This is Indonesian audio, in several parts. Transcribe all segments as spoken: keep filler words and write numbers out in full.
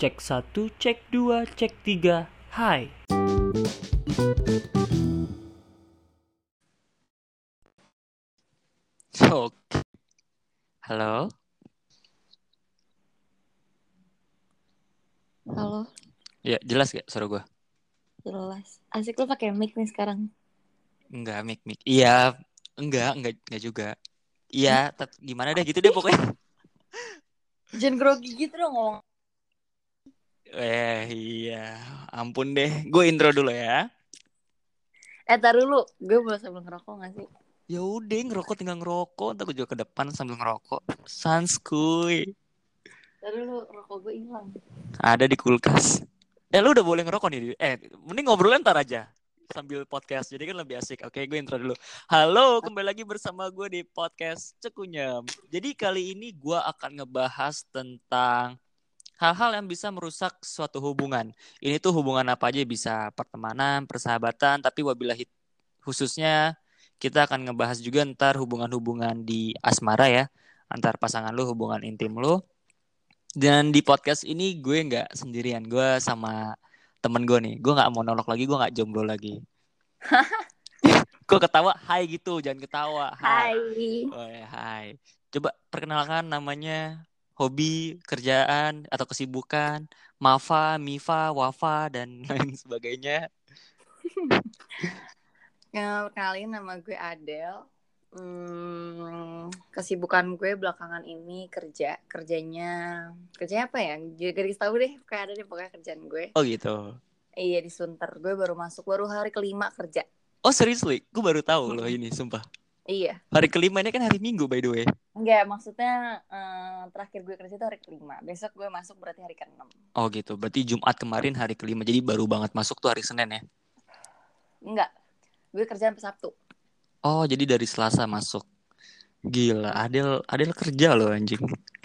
Cek satu, cek dua, cek tiga. Hai. Oke. Halo. Halo, Ya, jelas gak suara gue? jelas. Asik lu pakai mic nih sekarang. Enggak, mik mik. Iya, enggak, enggak, enggak juga. Iya, tapi gimana deh gitu deh pokoknya. Jangan grogi gitu dong ngomong. Eh, iya. Ampun deh. Gue intro dulu ya. Eh, tar dulu. Gue boleh sambil ngerokok gak sih? Ya udah, ngerokok tinggal ngerokok. Ntar gue juga ke depan sambil ngerokok. Sans kuy. Tar dulu, rokok gue hilang. Ada di kulkas. Eh, lu udah boleh ngerokok nih. Eh, mending ngobrol ntar aja. Sambil podcast, jadi kan lebih asik. Oke, gue intro dulu. Halo, kembali lagi bersama gue di podcast Cekunyem. Jadi kali ini gue akan ngebahas tentang hal-hal yang bisa merusak suatu hubungan. Ini tuh hubungan apa aja, bisa pertemanan, persahabatan, tapi wabillahi khususnya kita akan ngebahas juga ntar hubungan-hubungan di asmara ya, antar pasangan lu, hubungan intim lu. Dan di podcast ini gue nggak sendirian, gue sama temen gue nih. Gue nggak monolog lagi, gue nggak jomblo lagi. Gue ketawa, hai gitu, jangan ketawa, hai. Hai. Oh ya, hai. Coba perkenalkan namanya, hobi, kerjaan, atau kesibukan, Mafa, Mifa, Wafa, dan lain sebagainya. Ya, kenalin nama gue Adele. Hmm, kesibukan gue belakangan ini kerja. Kerjanya, kerjanya apa ya? Jadi garis tahu deh, kayak ada deh pokoknya kerjaan gue. Oh gitu. Iya, di Sunter. Gue baru masuk, baru hari kelima kerja. Oh seriously, gue baru tahu loh Mm-mm. ini, sumpah. Iya. Hari kelima ini kan hari Minggu by the way. Enggak, maksudnya eh, terakhir gue kerja itu hari kelima. Besok gue masuk berarti hari keenam. Oh gitu, berarti Jumat kemarin hari kelima, jadi baru banget masuk tuh hari Senin ya? Enggak, gue kerja sampai Sabtu. Oh jadi dari Selasa masuk. Gila, Adel, Adel kerja loh anjing.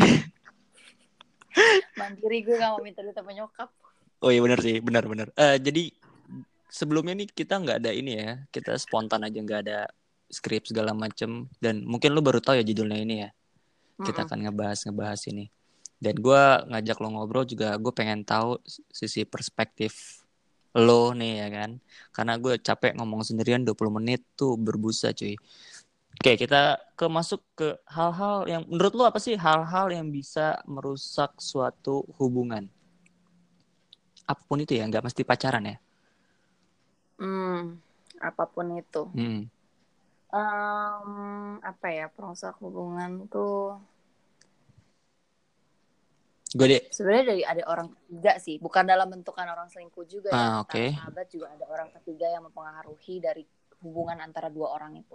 Mandiri, gue gak mau minta duit sama nyokap. Oh iya benar sih, benar-benar. Eh jadi sebelumnya nih kita nggak ada ini ya, kita spontan aja, nggak ada skrip segala macem. Dan mungkin lu baru tahu ya judulnya ini ya. Kita Mm-mm. akan ngebahas ngebahas ini. Dan gue ngajak lo ngobrol juga, gue pengen tahu sisi perspektif lo nih ya kan. Karena gue capek ngomong sendirian dua puluh menit tuh berbusa cuy. Oke, kita ke masuk ke hal-hal yang menurut lo apa sih hal-hal yang bisa merusak suatu hubungan? Apapun itu ya, nggak mesti pacaran ya. Hmm, apapun itu. Hmm. Um, apa ya, perusak hubungan tuh Gue deh. sebenarnya dari ada orang ketiga sih, bukan dalam bentukan orang selingkuh juga ya. Ah, Antara oke. sahabat juga ada orang ketiga yang mempengaruhi dari hubungan antara dua orang itu.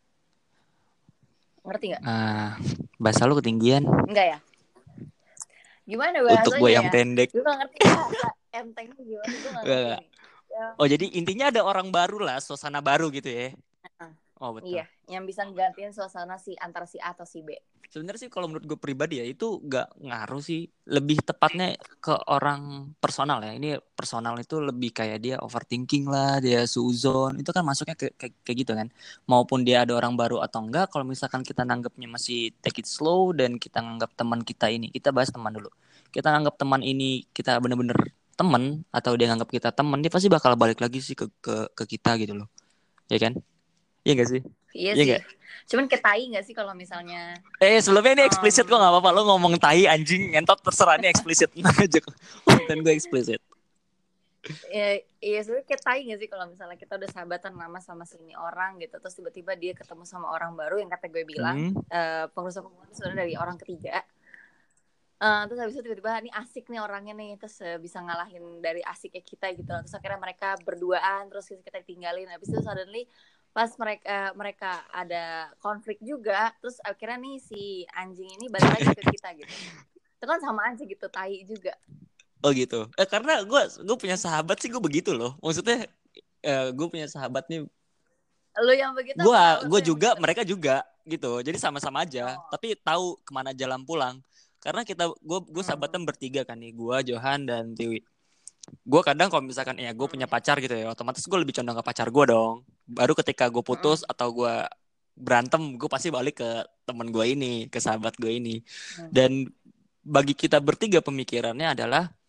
Ngerti nggak? Ah, bahasa lo ketinggian. Enggak ya? Gimana Untuk gue bahasanya yang ya? pendek. Gue gak ngerti bahasa entengnya gimana, gue gak ngerti nih. Ya. Oh jadi intinya ada orang baru lah, suasana baru gitu ya. Oh betul. Iya, yang bisa nggantiin suasana si antara si A atau si B. Sebenarnya sih kalau menurut gue pribadi ya itu nggak ngaruh sih. Lebih tepatnya ke orang personal ya. Ini personal itu lebih kayak dia overthinking lah, dia suzon. Itu kan masuknya ke, kayak, kayak gitu kan. Maupun dia ada orang baru atau enggak. Kalau misalkan kita nanggapnya masih take it slow dan kita nganggap teman kita ini, kita bahas teman dulu. Kita nganggap teman ini kita bener-bener teman atau dia nganggap kita teman, dia pasti bakal balik lagi sih ke ke, ke kita gitu loh. Ya kan? Iya gak sih? Iya, Iya sih. gak? Cuman ketai gak sih kalau misalnya... Eh sebelumnya ini Um, eksplisit kok gak apa-apa. Lo ngomong tai anjing ngentot terserah, ini eksplisit aja. Konten gue eksplisit. Ya, iya sebenarnya ketai gak sih kalau misalnya kita udah sahabatan lama sama sini orang gitu, terus tiba-tiba dia ketemu sama orang baru yang kata gue bilang Hmm. uh, pengurusan hubungan sebenarnya dari orang ketiga. Uh, terus habis itu tiba-tiba ini asik nih orangnya nih, terus uh, bisa ngalahin dari asiknya kita gitu. Terus akhirnya mereka berduaan, terus kita tinggalin. Habis itu suddenly pas mereka mereka ada konflik juga, terus akhirnya nih si anjing ini balik lagi ke kita gitu. Itu kan sama aja gitu, tai juga. Oh gitu. Eh karena gue gue punya sahabat sih gue begitu loh. Maksudnya eh, gue punya sahabat nih. Lu yang begitu Gue apa gue juga begitu? mereka juga gitu. Jadi sama-sama aja. Oh. Tapi tahu kemana jalan pulang. Karena kita gue gue sahabatan Hmm. bertiga kan nih. Gue, Johan dan Tiwi. Gue kadang kalau misalkan ya gue punya pacar gitu ya, otomatis gue lebih condong ke pacar gue dong. Baru ketika gue putus Hmm. atau gue berantem, gue pasti balik ke temen gue ini, ke sahabat gue ini. Hmm. Dan bagi kita bertiga pemikirannya adalah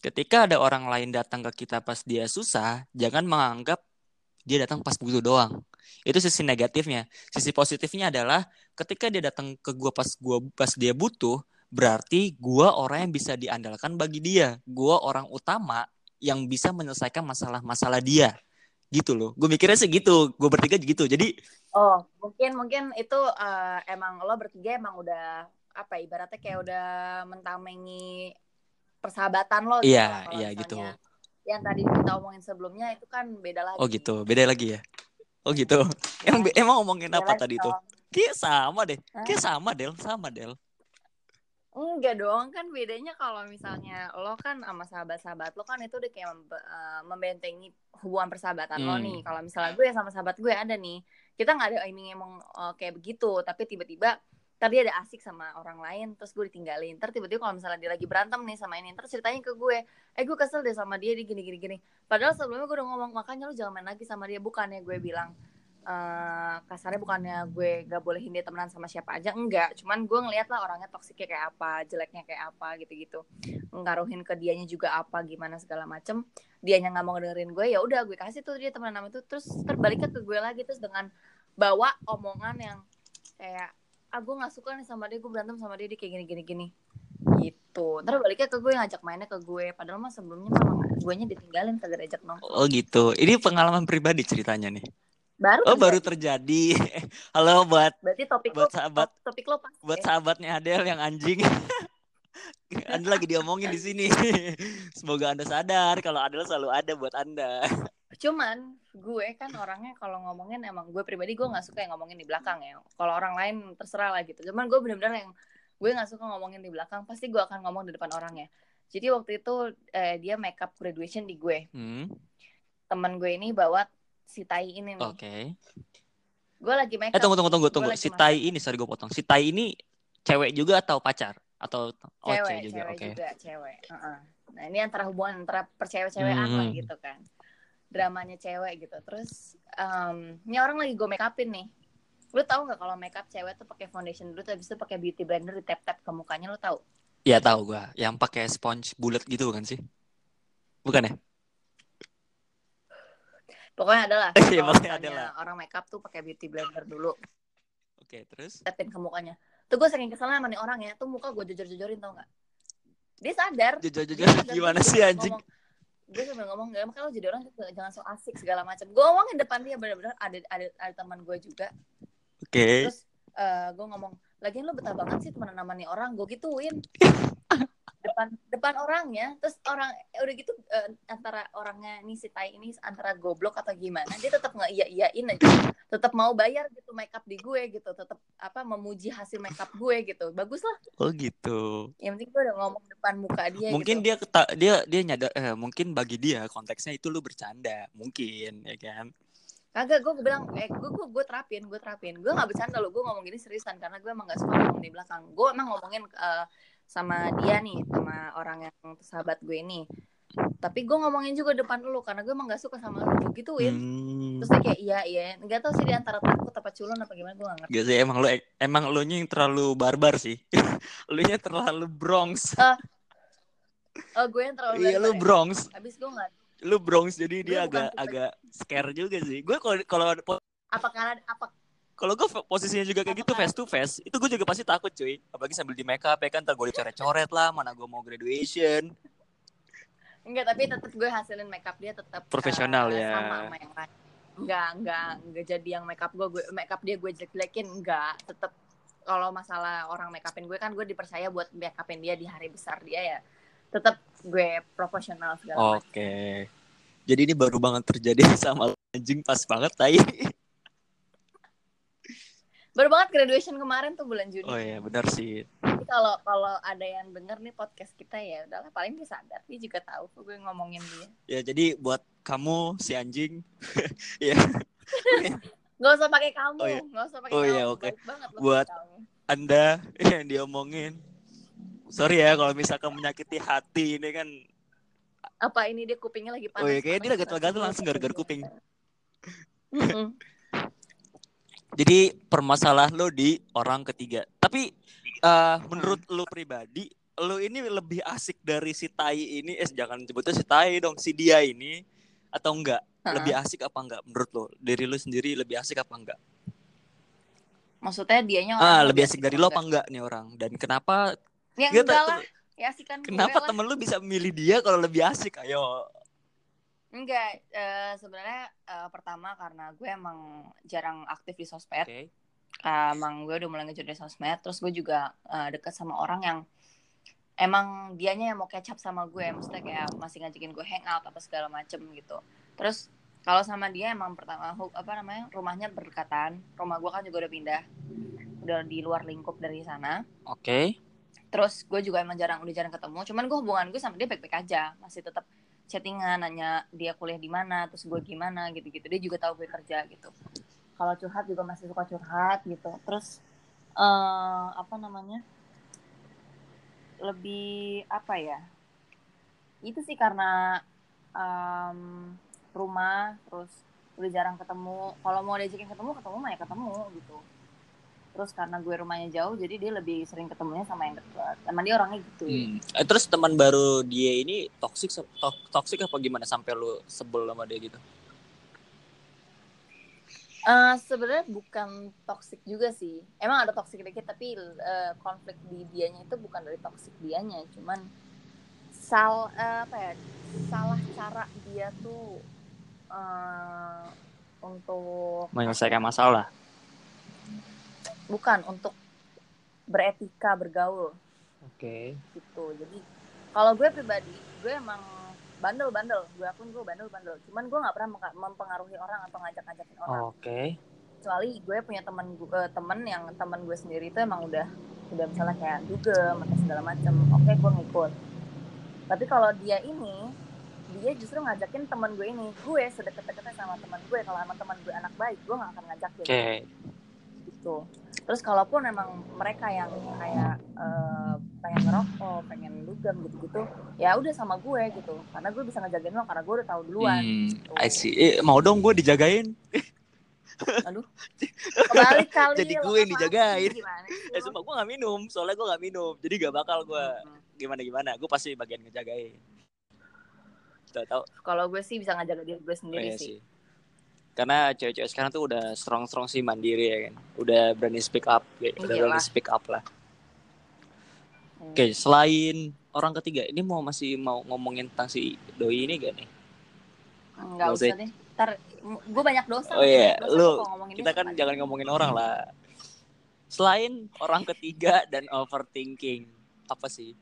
ketika ada orang lain datang ke kita pas dia susah, jangan menganggap dia datang pas butuh doang. Itu sisi negatifnya. Sisi positifnya adalah ketika dia datang ke gua pas gua pas dia butuh, berarti gua orang yang bisa diandalkan bagi dia. Gua orang utama yang bisa menyelesaikan masalah-masalah dia. Gitu loh. Gue mikirnya sih gitu. Gue bertiga gitu. Jadi Oh, mungkin mungkin itu uh, emang lo bertiga emang udah apa ibaratnya kayak udah mentamengi persahabatan lo gitu iya, lah. Kalau iya misalnya gitu. yang tadi kita omongin sebelumnya itu kan beda lagi. Oh gitu. Beda lagi ya. Oh gitu. Ya Yang kan? be- emang ngomongin Beda apa lagi tadi tuh? dong. Kayak sama deh. Hah? Kayak sama Del, sama Del. Enggak dong, kan bedanya kalau misalnya lo kan sama sahabat-sahabat lo kan itu udah kayak membe- uh, membentengi hubungan persahabatan lo Hmm. nih. Kalau misalnya gue sama sahabat gue ada nih, kita nggak ada iming emang uh, kayak begitu, tapi tiba-tiba tadi ada asik sama orang lain, terus gue ditinggalin. Terus tiba-tiba kalau misalnya dia lagi berantem nih sama ini, terus ceritanya ke gue, eh gue kesel deh sama dia, dia gini-gini gini. Padahal sebelumnya gue udah ngomong, makanya lo jangan main lagi sama dia. Bukannya gue bilang Uh, kasarnya bukannya gue gak bolehin dia temenan sama siapa aja, enggak, cuman gue ngeliat lah orangnya toksiknya kayak apa, jeleknya kayak apa gitu-gitu, ngaruhin ke dianya juga apa gimana segala macem, dianya nggak mau dengerin gue, ya udah gue kasih tuh dia temenan sama itu, terus terbaliknya ke gue lagi, terus dengan bawa omongan yang kayak ah gue nggak suka nih sama dia, gue berantem sama dia, dia kayak gini gini gini gitu, terus baliknya ke gue ngajak mainnya ke gue, padahal mah sebelumnya memang gue nya ditinggalin kagak ajak nongkrong. Oh gitu. Ini pengalaman pribadi ceritanya nih. Baru Oh terjadi. baru terjadi. Halo buat Berarti topik buat lo, sahabat top, topik lo pas buat ya? sahabatnya Adele yang anjing. Anda lagi diomongin di sini. Semoga Anda sadar kalau Adele selalu ada buat Anda. Cuman gue kan orangnya kalau ngomongin emang gue pribadi gue nggak suka yang ngomongin di belakang ya. Kalau orang lain terserah lah gitu. Cuman gue benar-benar yang gue nggak suka ngomongin di belakang. Pasti gue akan ngomong di depan orangnya. Jadi waktu itu eh, dia makeup graduation di gue. Hmm. Temen gue ini bawa si Tai ini nih. Oke. Okay. Gue lagi makeup. Eh tunggu tunggu tunggu gue tunggu. Si Tai ini sorry gue potong. Si Tai ini cewek juga atau pacar? Atau oh, cewek, cewek juga. cewek Okay. juga, cewek. Uh-uh. Nah ini antara hubungan antara percewek-cewekan hmm. lah gitu kan. Dramanya cewek gitu. Terus um, ini orang lagi gue make upin nih. Lu tahu nggak kalau make up cewek tuh pakai foundation dulu, terus habis itu pakai beauty blender di tap tap ke mukanya, lu tahu? Iya tahu gue. Yang pakai sponge bulat gitu kan sih? Bukan ya? Pokoknya adalah ya, kalau misalnya orang make up tuh pakai beauty blender dulu. Oke, terus? Tapin ke mukanya. Tuh gue saking keselnya sama nih orang ya, tuh muka gue jojor-jojorin tau nggak? Dia sadar. Jojor-jojor gimana sih anjing? Ngomong, gue sambil ngomong nggak, makanya lo jadi orang jangan so asik segala macam. Gue ngomongin depan dia benar-benar ada ada ada teman gue juga. Oke. Okay. Terus uh, gue ngomong, lagian lo betah banget sih temenan sama nih orang, gue gituin depan depan orangnya. Terus orang udah gitu uh, antara orangnya nih si Tai ini antara goblok atau gimana, dia tetap nggak iya iyain aja, tetap mau bayar gitu makeup di gue gitu, tetap apa memuji hasil makeup gue gitu, bagus lah. Oh gitu. Yang penting gue udah ngomong depan muka dia. Mungkin gitu. dia keta- dia dia nyadar eh, mungkin bagi dia konteksnya itu lu bercanda mungkin ya kan. Kagak, gue bilang, eh gue gue gue terapin, gue terapin, gue nggak bercanda lo, gue ngomong gini seriusan karena gue emang nggak suka ngomong di belakang. Gue emang ngomongin uh, sama dia nih, sama orang yang sahabat gue ini. Tapi gue ngomongin juga depan lu karena gue emang nggak suka sama lu, gue gituin. Hmm. Terus dia kayak iya iya, nggak tahu sih di antara takut apa culun apa gimana, gue nggak ngerti. Gak sih, emang lu emang lu nya yang terlalu barbar sih. Lu nya terlalu Bronx. Uh, oh gue yang terlalu iya, lu Bronx. Ya? Abis gue nggak. Lu Bronx jadi dia gue agak agak scare juga sih. Gue kalau kalau apa karena apa kalau gue posisinya juga kayak apa gitu face to face, itu gue juga pasti takut cuy. Apalagi sambil di make up ya kan, ntar gue dicoret-coret lah, mana gue mau graduation. Enggak, tapi tetap gue hasilin make up dia tetap profesional uh, ya. Sama sama yang lain. Enggak, enggak, enggak jadi yang make up gue, gue make up dia gue jelek-jelekin, enggak. Tetap kalau masalah orang make upin gue kan gue dipercaya buat make upin dia di hari besar dia ya. Tetap gue profesional segala macam. Oke. Jadi ini baru banget terjadi sama anjing, pas banget tai. Baru banget graduation kemarin tuh bulan Juni. Oh iya, benar sih. Jadi kalau kalau ada yang denger nih podcast kita ya udahlah, paling dia sadar, dia juga tahu kok gue ngomongin dia. Ya jadi buat kamu si anjing ya. Gak usah pakai kamu, oh, iya. Gak usah pakai oh, kamu. Iya, okay. Baik banget loh buat kamu. Anda yang diomongin. Sorry ya kalau misalkan menyakiti hati ini kan. Apa ini dia kupingnya lagi panas? Oh iya, kayaknya dia lagi gatal-gatal langsung gara-gara kuping. Jadi permasalahan lo di orang ketiga. Tapi uh, menurut lo pribadi, lu ini lebih asik dari si tai ini, eh jangan sebutnya si tai dong, si dia ini atau enggak? Lebih Heeh. asik apa enggak menurut lo? Dari lu sendiri lebih asik apa enggak? Maksudnya dianya Ah, orangnya lebih lebih asik asik dari apa lo apa enggak? enggak nih orang? Dan kenapa Ya enggak enggak te- lah, ya asikan gue kenapa lah. temen lu bisa milih dia kalau lebih asik? Ayo. Enggak, eh, sebenarnya eh, pertama karena gue emang jarang aktif di sosmed. Oke. Eh, emang gue udah mulai ngejar di sosmed. Terus gue juga eh, deket sama orang yang emang dianya yang mau catch up sama gue. Maksudnya kayak masih ngajakin gue hangout apa segala macem gitu. Terus kalau sama dia emang pertama hu- apa namanya rumahnya berdekatan. Rumah gue kan juga udah pindah, udah di luar lingkup dari sana. Oke. Terus gue juga emang jarang udah jarang ketemu. Cuman gue hubungan gue sama dia baik-baik aja, masih tetap chattingan, nanya dia kuliah di mana, terus gue gimana gitu-gitu. Dia juga tahu gue kerja gitu. Kalau curhat juga masih suka curhat gitu. Terus eh apa namanya? Lebih apa ya? Itu sih karena em, rumah, terus udah jarang ketemu. Kalau mau diajakin ketemu, ketemu mah ya ketemu gitu. Terus karena gue rumahnya jauh, jadi dia lebih sering ketemunya sama yang dekat. Emang dia orangnya gitu. Hmm. Eh, terus teman baru dia ini toksik to- toksik apa gimana sampai lu sebel sama dia gitu? Uh, sebenarnya bukan toxic juga sih. Emang ada toxic dikit, tapi uh, konflik di dianya itu bukan dari toxic dianya, cuman sal uh, apa ya? Salah cara dia tuh uh, untuk Menyelesaikan masalah. bukan untuk beretika bergaul. Oke. Gitu. Jadi kalau gue pribadi, gue emang bandel-bandel. Gue akun gue bandel-bandel. Cuman gue nggak pernah mempengaruhi orang atau ngajak-ngajakin orang. Oke. Kecuali gue punya teman gue temen yang teman gue sendiri itu emang udah udah misalnya kayak dugem atau segala macem, oke gue ngikut. Tapi kalau dia ini dia justru ngajakin teman gue ini, gue sedekat-dekatnya sama teman gue. Kalau emang teman gue anak baik, gue nggak akan ngajakin. Oke. Gitu. Terus kalaupun emang mereka yang kayak uh, pengen ngerokok, pengen dugem gitu-gitu, ya udah sama gue gitu. Karena gue bisa ngejagain lo karena gue udah tahu duluan. Hmm, Gitu. I see. Eh, mau dong gue dijagain. Aduh, kebalik kali. Jadi lo gue kan yang dijagain. laki, gimana sih Eh lo? sumpah gue gak minum, soalnya gue gak minum. Jadi gak bakal gue Hmm. gimana-gimana. Gue pasti bagian ngejagain. Tahu-tahu. Kalau gue sih bisa ngajaga diri gue Oh, sendiri iya sih. sih. Karena cewek-cewek sekarang tuh udah strong-strong sih, mandiri ya kan. Udah berani speak up, ya. Udah Iyalah. berani speak up lah. Hmm. Oke, selain orang ketiga, ini mau masih mau ngomongin tentang si doi ini gak nih? Nggak Nggak usah usah. deh. Ntar gue banyak dosa. Oh iya, banyak dosa lu gue kalau ngomongin kita dia kan sekali. jangan ngomongin orang lah. Selain orang ketiga dan overthinking, apa sih?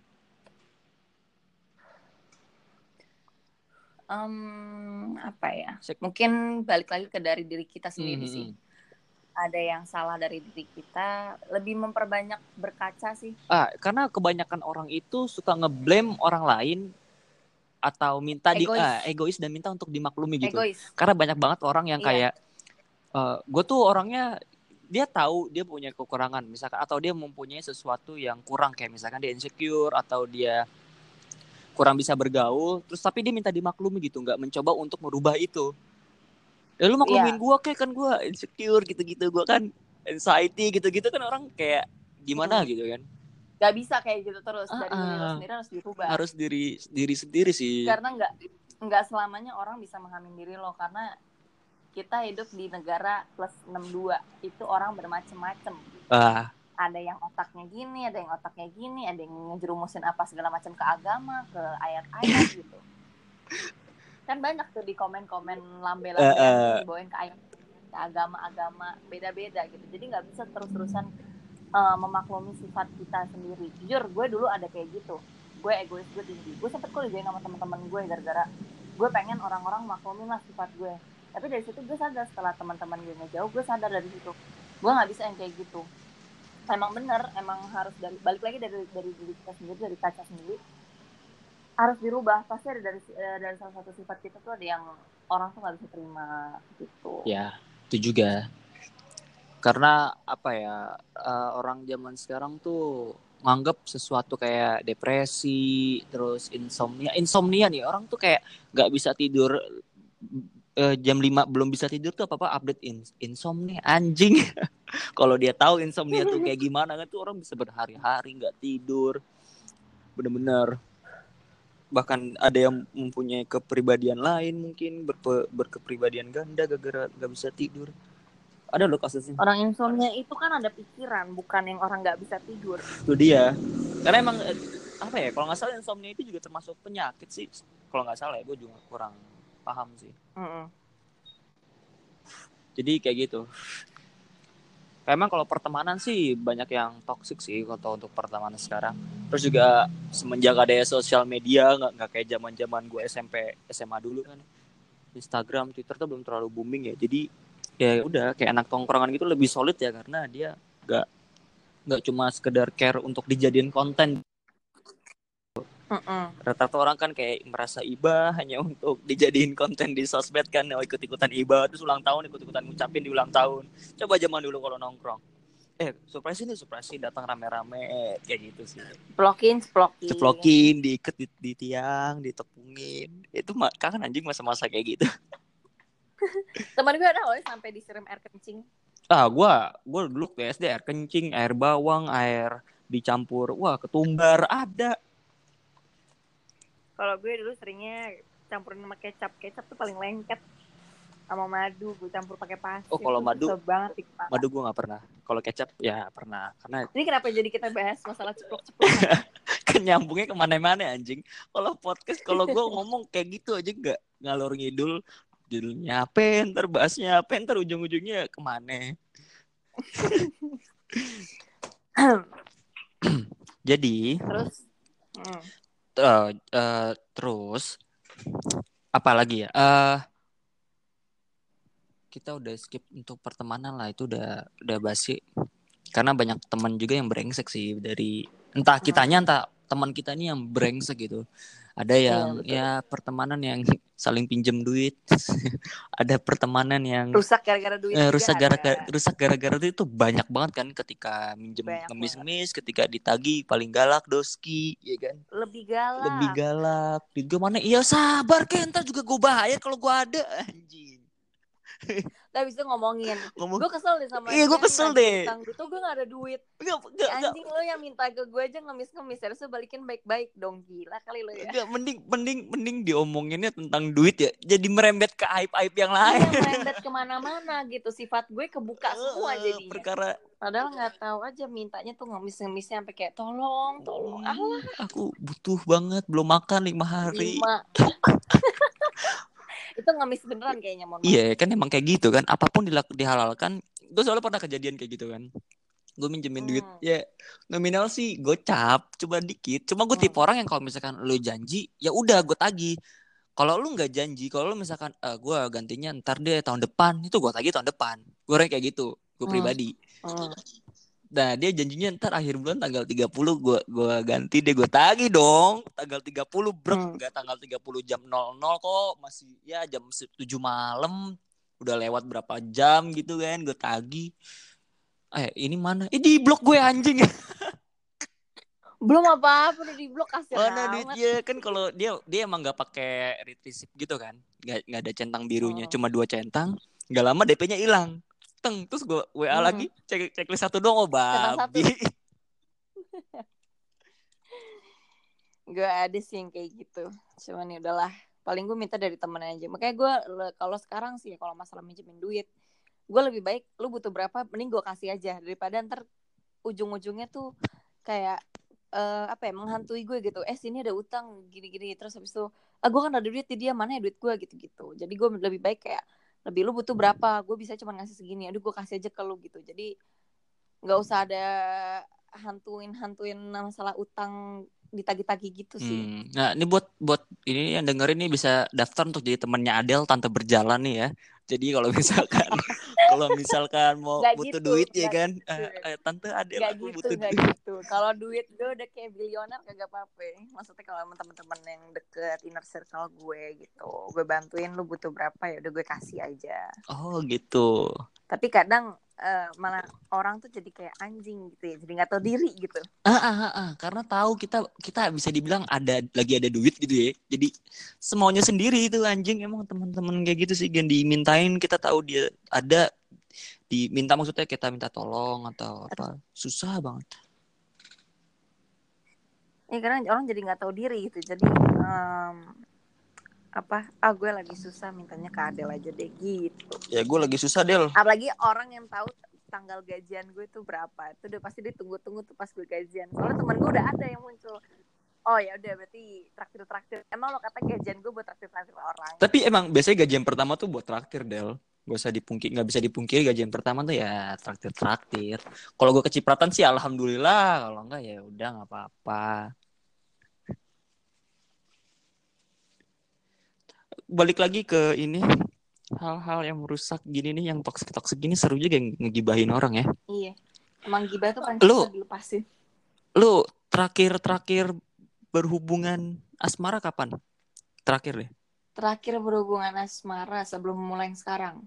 Um, apa ya? Mungkin balik lagi ke dari diri kita sendiri Hmm. sih. Ada yang salah dari diri kita. Lebih memperbanyak berkaca sih. Ah, karena kebanyakan orang itu suka ngeblame orang lain atau minta di Egois. ah, egois dan minta untuk dimaklumi gitu. Egois. Karena banyak banget orang yang Iya. kayak uh, gue tuh orangnya, dia tahu dia punya kekurangan misalkan, atau dia mempunyai sesuatu yang kurang, kayak misalkan dia insecure atau dia kurang bisa bergaul, terus tapi dia minta dimaklumi gitu, nggak mencoba untuk merubah itu. Ya lu maklumin Iya. gue, kayak kan gue insecure gitu-gitu, gue kan anxiety gitu-gitu, kan orang kayak gimana Hmm. gitu kan. Gak bisa kayak gitu terus. Dari Ah, diri lo ah. sendiri harus dirubah. Harus diri diri sendiri sih. Karena nggak nggak selamanya orang bisa memahami diri lo, karena kita hidup di negara plus enam puluh dua, itu orang bermacam-macam. Ah, Ada yang otaknya gini, ada yang otaknya gini, ada yang ngejerumusin apa segala macam ke agama, ke ayat-ayat gitu. Kan banyak tuh di komen-komen lambe-lambe Uh, yang uh. dibawain ke ayat, ke agama-agama beda-beda gitu. Jadi nggak bisa terus-terusan uh, memaklumi sifat kita sendiri. Jujur, gue dulu ada kayak gitu. Gue egois, gue tinggi. Gue sempet kok dijoin sama teman-teman gue gara-gara gue pengen orang-orang maklumin lah sifat gue. Tapi dari situ gue sadar, setelah teman-teman gue ngejauh, gue sadar dari situ gue nggak bisa yang kayak gitu. Emang bener, emang harus dari balik lagi dari dari diri kita sendiri, dari kaca sendiri, harus dirubah. Pasti ada dari dari salah satu sifat kita tuh ada yang orang tuh nggak bisa terima gitu. Ya, itu juga. Karena apa ya, uh, orang zaman sekarang tuh nganggap sesuatu kayak depresi, terus insomnia. Insomnia nih, orang tuh kayak nggak bisa tidur. Uh, jam lima belum bisa tidur tuh apa-apa update in- insomnia, anjing. Kalau dia tahu insomnia tuh kayak gimana kan, tuh orang bisa berhari-hari nggak tidur. benar-benar. Bahkan ada yang mempunyai kepribadian lain, mungkin berpe, berkepribadian ganda gara-gara nggak bisa tidur. Ada loh kasusnya. Orang insomnia itu kan ada pikiran, bukan yang orang nggak bisa tidur. Itu dia. Karena emang apa ya? Kalau nggak salah insomnia itu juga termasuk penyakit sih. Kalau nggak salah ya, gue juga kurang paham sih. Mm-mm. Jadi kayak gitu. Emang kalau pertemanan sih banyak yang toksik sih kalau untuk pertemanan sekarang. Terus juga semenjak ada sosial media, nggak nggak kayak zaman zaman gue S M P S M A dulu kan. Instagram, Twitter tuh belum terlalu booming ya. Jadi ya udah kayak anak tongkrongan gitu lebih solid ya karena dia nggak nggak cuma sekedar care untuk dijadiin konten. Mm-mm. Rata-rata orang kan kayak merasa iba hanya untuk dijadiin konten di sosmed kan, oh, ikut-ikutan iba terus ulang tahun ikut-ikutan ngucapin di ulang tahun. Coba zaman dulu kalau nongkrong, eh surprise ini surprise datang rame-rame kayak gitu sih. Ceplokin, ceplokin. Ceplokin, diikat di, di tiang, ditepungin. Itu mah kangen anjing masa-masa kayak gitu. Teman gue ada loh sampai disiram air kencing. Ah, gua gua dulu ke S D air kencing, air bawang, air dicampur, wah ketumbar ada. Kalau gue dulu seringnya campurin sama kecap. Kecap tuh paling lengket. Sama madu, gue campur pakai pasir. Oh, kalau madu, banget, madu gue nggak pernah. Kalau kecap ya pernah. Karena ini kenapa jadi kita bahas masalah ceplok-ceplok? kan nyambungnya kemana-mana anjing. Kalau podcast, kalau gue ngomong kayak gitu aja nggak ngalor ngidul. Judulnya apa, ntar bahasnya apa, ntar ujung-ujungnya kemana. Jadi terus hmm. uh, uh, terus apa lagi ya? Uh, kita udah skip untuk pertemanan lah, itu udah udah basi. Karena banyak teman juga yang brengsek sih, dari entah kitanya hmm. entah teman kita nih yang brengsek gitu. Ada yang ya, ya pertemanan yang saling pinjem duit. Ada pertemanan yang rusak gara-gara duit eh, juga rusak ada. gara-gara rusak gara-gara duit itu banyak banget kan, ketika minjem Banyak ngemis-ngemis, ketika ditagi paling galak doski, ya kan? Lebih galak. Lebih galak. Duit gue mana? Iya sabar ke, ntar juga gue bayar kalau gue ada, anjing. Tapi bisa ngomongin, Ngomong, gue kesel deh sama iya, gue kesel deh. Utang gue tuh gue gak ada duit. Gak, si gak, anjing gak. Lo yang minta ke gue aja ngemis-ngemis, harusnya balikin baik-baik dong, gila kali lo ya. Gak, mending mending mending diomonginnya tentang duit ya, jadi merembet ke aib-aib yang lain. Iya, merembet kemana-mana gitu, sifat gue kebuka semua jadinya. Perkara padahal nggak tahu aja mintanya tuh ngemis-ngemisnya sampai kayak tolong, tolong, Allah. Aku butuh banget, belum makan lima hari. Lima. Itu ngemis beneran kayaknya, mohon maaf. Iya kan emang kayak gitu kan, apapun dilak- dihalalkan. Gue soalnya pernah kejadian kayak gitu kan, gue minjemin hmm. duit ya nominal sih gocap coba dikit, cuma gue hmm. tipe orang yang kalau misalkan lo janji ya udah gue tagih. Kalau lu nggak janji, kalau lu misalkan uh, gue gantinya ntar deh tahun depan, itu gue tagih tahun depan. Gue kayak gitu, gue hmm. pribadi. Hmm. Nah dia janjinya ntar akhir bulan tanggal tiga puluh gue gue ganti deh, gue tagih dong tanggal tiga puluh brek, hmm. nggak tanggal tiga puluh jam nol nol kok, masih ya jam tujuh malam, udah lewat berapa jam gitu kan, gue tagih. Eh ini mana? Eh di blok gue anjing. Belum apa-apa udah di blok, kasihan mana duitnya kan. Kalau dia dia emang nggak pakai receipt gitu kan, nggak nggak ada centang birunya, oh. cuma dua centang. Nggak lama D P-nya hilang. Teng, terus gue W A hmm. lagi, cek checklist satu dong, oh babi. Gue ada sih yang kayak gitu, cuman ya udahlah, paling gue minta dari temen aja. Makanya gue kalau sekarang sih kalau masalah minjemin duit, gue lebih baik lu butuh berapa, mending gue kasih aja daripada ntar ujung-ujungnya tuh kayak uh, apa ya, menghantui gue gitu. Eh sini ada utang gini-gini, terus habis itu ah gue kan ada duit di dia, mana ya duit gue gitu-gitu. Jadi gue lebih baik kayak lebih lu butuh berapa, gue bisa cuma ngasih segini, aduh gue kasih aja ke lu gitu. Jadi nggak usah ada hantuin-hantuin masalah utang ditagi-tagi gitu sih. Hmm. Nah ini buat buat ini yang dengerin nih bisa daftar untuk jadi temannya Adele, tante berjalan nih ya. Jadi kalau misalkan kalau misalkan mau gak butuh gitu, duit ya kan, gitu. eh, tante Adele gak aku gitu, butuh gak duit. Gitu. Kalau duit gue udah kayak bilioner kagak apa-apa. Maksudnya kalau teman-teman yang deket inner circle gue gitu, gue bantuin, lu butuh berapa ya udah gue kasih aja. Oh gitu. Tapi kadang uh, malah orang tuh jadi kayak anjing gitu ya, jadi nggak tahu diri gitu. Ah, ah, ah, ah. Karena tahu kita kita bisa dibilang ada lagi ada duit gitu ya, jadi semaunya sendiri itu anjing. Emang teman-teman kayak gitu sih, yang dimintain kita tahu dia ada, diminta maksudnya kita minta tolong atau apa, susah banget. Ya karena orang jadi nggak tahu diri gitu. Jadi um, apa? Ah gue lagi susah, mintanya ke Adel aja deh gitu. Ya gue lagi susah Del. Apalagi orang yang tahu tanggal gajian gue tuh berapa, itu udah pasti ditunggu-tunggu tuh pas gue gajian. Soalnya temen gue udah ada yang muncul. Oh ya udah berarti traktir-traktir. Emang lo kata gajian gue buat traktir-traktir orang. Tapi emang biasanya gajian pertama tuh buat traktir Del. Gak usah dipungkiri, nggak bisa dipungkiri gajian pertama tuh ya traktir-traktir. Kalau gue kecipratan sih alhamdulillah, kalau enggak ya udah nggak apa-apa. Balik lagi ke ini, hal-hal yang merusak gini nih, yang toksik-toksik gini seru juga yang ngegibahin orang ya. Iya. Emang gibah tuh paling Lu- susah dilepasin. Lu terakhir-terakhir berhubungan asmara kapan? Terakhir deh. Terakhir berhubungan asmara sebelum mulai yang sekarang.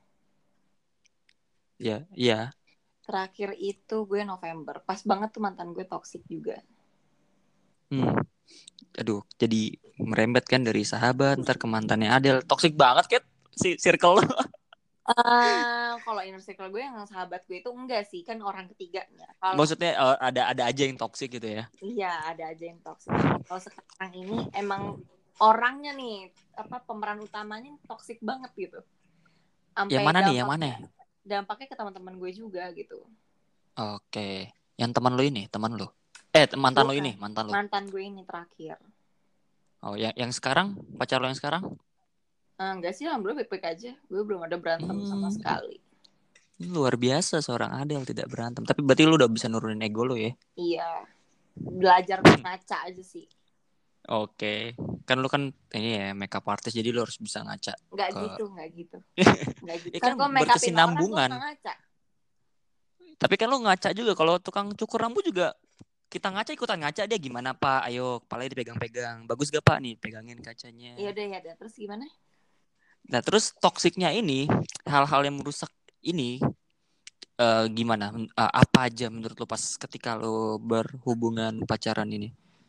Ya, iya. Terakhir itu gue November. Pas banget tuh mantan gue toksik juga. Hmm. Aduh, jadi merembet kan dari sahabat ntar ke mantannya Adel. Toksik banget kan si circle lo. Uh, kalau inner circle gue yang sahabat gue itu enggak sih, kan orang ketiganya. Kalau Maksudnya uh, ada ada aja yang toksik gitu ya. iya ada aja yang toksik. Kalau sekarang ini emang orangnya nih, apa pemeran utamanya toksik banget gitu. Sampai Yang mana nih? Yang mana? dampaknya- Dampaknya ke teman-teman gue juga gitu. Oke. Yang teman lo ini, teman lo. Eh, mantan lo Bukan. ini, mantan lo. Mantan gue ini terakhir. Oh, yang yang sekarang, pacar lo yang sekarang? Uh, enggak sih, alhamdulillah baik-baik aja. Gue belum ada berantem Hmm. sama sekali. Luar biasa seorang Adel tidak berantem. Tapi berarti lo udah bisa nurunin ego lo ya? Iya. Belajar ngaca aja sih. Oke. Kan lo kan ini ya makeup artist, jadi lo harus bisa ngaca. Nggak Ke- gitu, nggak gitu. Nggak gitu. Ya Kan kan gue make upin orang, gue berkesinambungan. nggak ngaca. Tapi kan lo ngaca juga. Kalau tukang cukur rambut juga kita ngaca ikutan ngaca, dia gimana Pak? Ayo kepalanya dipegang-pegang. Bagus gak Pak nih pegangin kacanya. Iya udah ya, udah. Terus gimana? Nah terus toksiknya ini, hal-hal yang merusak ini eh, gimana? Eh, apa aja menurut lo pas ketika lo berhubungan pacaran ini?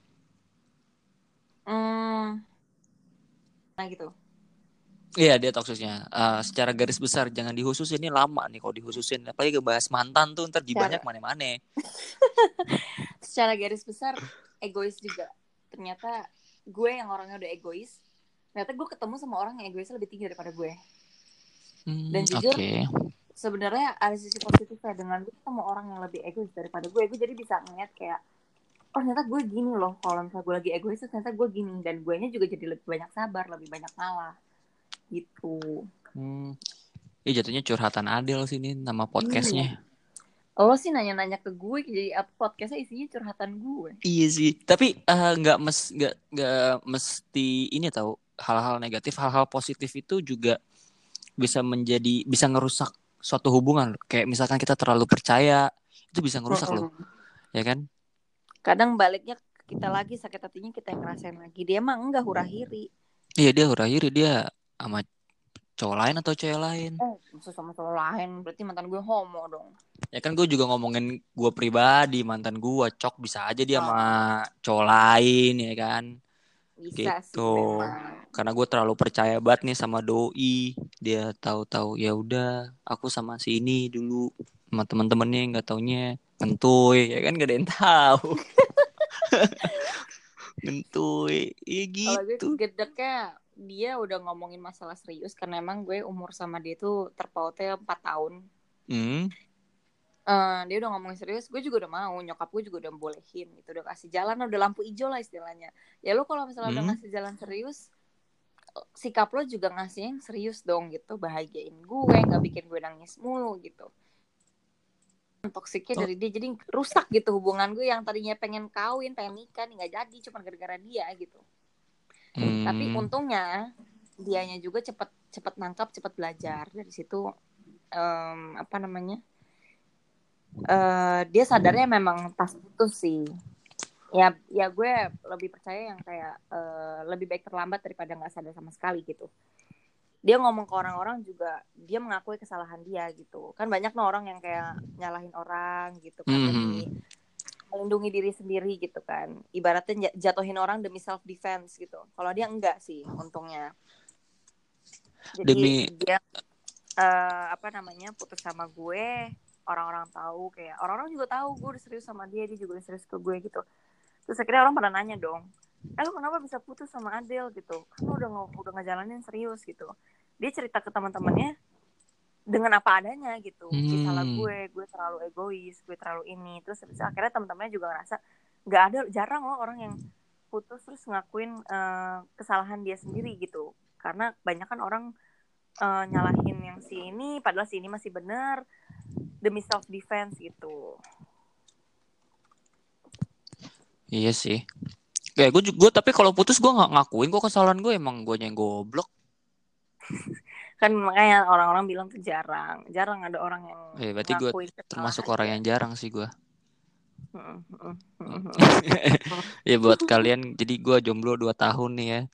Hmm. Nah gitu. Iya dia toksiknya. Eh, secara garis besar jangan dihususin, ini lama nih kalau dihususin. Apalagi ngebahas mantan tuh ntar gibahnya Cara- kemana-mana. Secara garis besar egois juga. Ternyata gue yang orangnya udah egois. Ternyata gue ketemu sama orang yang egoisnya lebih tinggi daripada gue. Hmm, Dan jujur, Oke. sebenarnya ada sisi positifnya dengan gue ketemu orang yang lebih egois daripada gue. Gue jadi bisa ngeliat kayak, oh ternyata gue gini loh. Kalau misalnya gue lagi egois, ternyata gue gini. Dan gue nya juga jadi lebih banyak sabar, lebih banyak ngalah. Gitu. Hmm. Ya jatuhnya curhatan Adel sih ini nama podcastnya. Lo sih nanya-nanya ke gue, jadi apa podcastnya isinya curhatan gue. Iya sih. Tapi eh, nggak mes nggak nggak mesti ini tahu hal-hal negatif, hal-hal positif itu juga bisa menjadi bisa ngerusak suatu hubungan. Kayak misalkan kita terlalu percaya, itu bisa ngerusak loh, ya kan? Kadang baliknya ke kita lagi, sakit hatinya kita yang ngerasain lagi. Dia emang enggak hura-hiri. Iya dia hura-hiri dia sama cowok lain atau cewek lain. Eh, maksud sama cowok lain, berarti mantan gue homo dong. Ya kan gue juga ngomongin gue pribadi, mantan gue cok bisa aja dia sama cowok lain ya kan. Bisa sih Gitu. memang. Karena gue terlalu percaya banget nih sama doi. Dia tahu-tahu ya udah aku sama si ini dulu sama teman-temannya, nggak taunya ngentuy ya kan, gak ada yang tahu. Ngentuy ya Kalau gue gitu. gedeknya dia udah ngomongin masalah serius, karena emang gue umur sama dia tuh terpautnya empat tahun. Hmm. Uh, dia udah ngomongin serius, gue juga udah mau, nyokap gue juga udah bolehin gitu, udah kasih jalan, udah lampu hijau lah istilahnya. Ya lo kalau misalnya Hmm. udah ngasih jalan serius, sikap lo juga ngasih yang serius dong gitu, bahagiain gue, nggak bikin gue nangis mulu gitu. Toksiknya Oh. dari dia, jadi rusak gitu hubungan gue yang tadinya pengen kawin, pengen nikah, nggak jadi, cuma gara-gara dia gitu. Hmm. Tapi untungnya dianya juga cepet cepet nangkap, cepet belajar dari situ. Um, apa namanya? Uh, dia sadarnya memang pas putus sih. Ya, ya gue lebih percaya yang kayak uh, lebih baik terlambat daripada nggak sadar sama sekali gitu. Dia ngomong ke orang-orang juga, dia mengakui kesalahan dia gitu. Kan banyak nih orang yang kayak nyalahin orang gitu kan, Hmm. demi melindungi diri sendiri gitu kan. Ibaratnya jatuhin orang demi self defense gitu. Kalau dia enggak sih, untungnya. Jadi Demi dia uh, apa namanya putus sama gue, orang-orang tahu, kayak orang-orang juga tahu gue udah serius sama dia, dia juga udah serius ke gue gitu. Terus akhirnya orang pada nanya dong, eh lu kenapa bisa putus sama Adel gitu, kan lu udah nge- udah ngejalanin serius gitu. Dia cerita ke teman-temannya dengan apa adanya gitu, ini salah Hmm. gue gue terlalu egois, gue terlalu ini. Terus habis itu akhirnya teman-temannya juga ngerasa nggak ada, jarang loh orang yang putus terus ngakuin eh, kesalahan dia sendiri gitu, karena kebanyakan orang eh, nyalahin yang si ini padahal si ini masih benar demi self defense gitu. Iya sih. Kayak gue juga, tapi kalau putus gue nggak ngakuin kok kesalahan gue, emang gue yang goblok. Kan makanya orang-orang bilang tuh jarang jarang ada orang yang Eh, berarti gue ngakuin termasuk kesalahannya. orang yang jarang sih gue. Mm, mm, mm, mm, mm. Ya buat kalian, jadi gue jomblo dua tahun nih ya.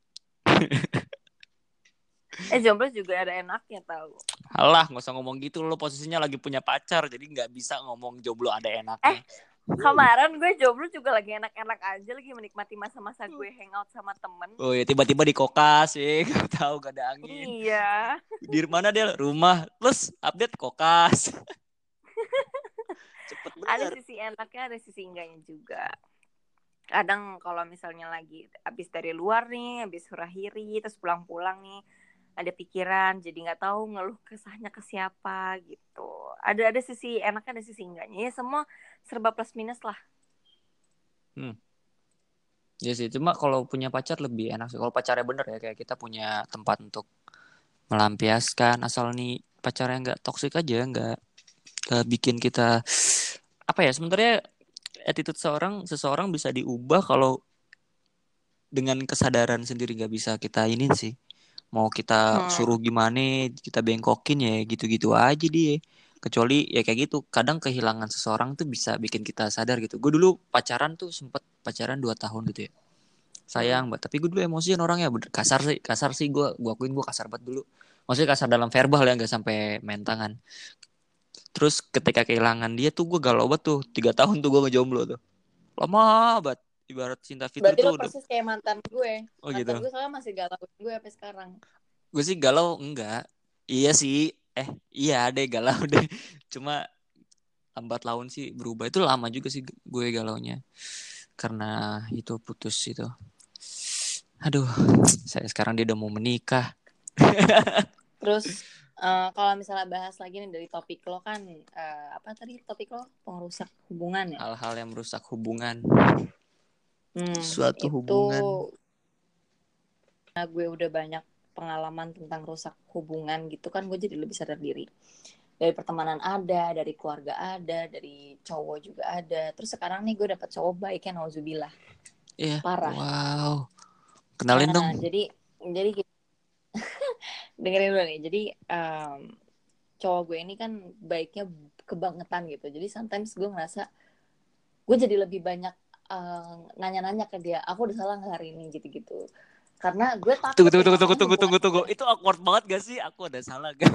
Eh jomblo juga ada enaknya tahu. Alah, nggak usah ngomong gitu, lo posisinya lagi punya pacar, jadi nggak bisa ngomong jomblo ada Eh enaknya. kemarin gue jomblo juga lagi enak-enak aja, lagi menikmati masa-masa gue hangout sama temen. Oh ya, tiba-tiba di kokas ya, nggak tahu gak ada angin. Iya. Di mana dia? Rumah. Plus update kokas. Cepet Ada bener. sisi enaknya, ada sisi enggaknya juga. Kadang kalau misalnya lagi habis dari luar nih, habis hura-hiri, terus pulang-pulang nih, ada pikiran, jadi nggak tahu ngeluh kesahnya ke siapa gitu. Ada ada sisi enaknya, ada sisi enggaknya. Ya semua serba plus minus lah. Hmm. Ya sih, cuma kalau punya pacar lebih enak sih. Kalau pacarnya bener ya, kayak kita punya tempat untuk melampiaskan. Asal nih pacarnya nggak toksik aja, nggak nggak bikin kita apa ya. Sebenarnya attitude seorang seseorang bisa diubah kalau dengan kesadaran sendiri, nggak bisa kita ini sih. Mau kita Hmm. suruh gimana, kita bengkokin ya gitu-gitu aja dia. Kecuali ya kayak gitu, kadang kehilangan seseorang tuh bisa bikin kita sadar gitu. Gue dulu pacaran tuh sempet pacaran dua tahun gitu ya. Hmm. Sayang banget, tapi gue dulu emosian orangnya, bener, kasar sih, kasar sih gue, gue akuin gue kasar banget dulu. Maksudnya kasar dalam verbal ya, nggak sampai main tangan. Terus ketika kehilangan dia tuh gue galau banget tuh, tiga tahun tuh gue ngejomblo tuh. Lama banget, ibarat Cinta Fitri Berarti lo tuh udah, persis kayak mantan gue. oh Mantan gitu. gue soalnya masih galauin gue sampai sekarang. Gue sih galau enggak. Iya sih. Eh, iya deh galau deh. Cuma lambat laun sih berubah. Itu lama juga sih gue galaunya. Karena itu putus itu. Aduh, saya sekarang dia udah mau menikah. Terus uh, kalau misalnya bahas lagi nih dari topik lo kan uh, apa tadi topik lo, pengrusak hubungan ya. Hal-hal yang merusak hubungan. Hmm, Suatu itu hubungan. nah, gue udah banyak pengalaman tentang rusak hubungan gitu kan, gue jadi lebih sadar diri. Dari pertemanan ada, dari keluarga ada, dari cowok juga ada. Terus sekarang nih gue dapet cowok baiknya nauzubillah. Iya, Parah. wow. Kenalin dong. Nah, jadi jadi gitu. Dengerin dulu nih. Jadi um, cowok gue ini kan baiknya kebangetan gitu. Jadi sometimes gue ngerasa gue jadi lebih banyak uh, nanya-nanya ke dia. Aku udah salah nggak hari ini gitu-gitu. Karena gue Tunggu, takut tunggu, yang tunggu, tunggu, namanya tunggu, hubungan tunggu, tunggu. udah. Itu awkward banget gak sih? Aku ada salah gak?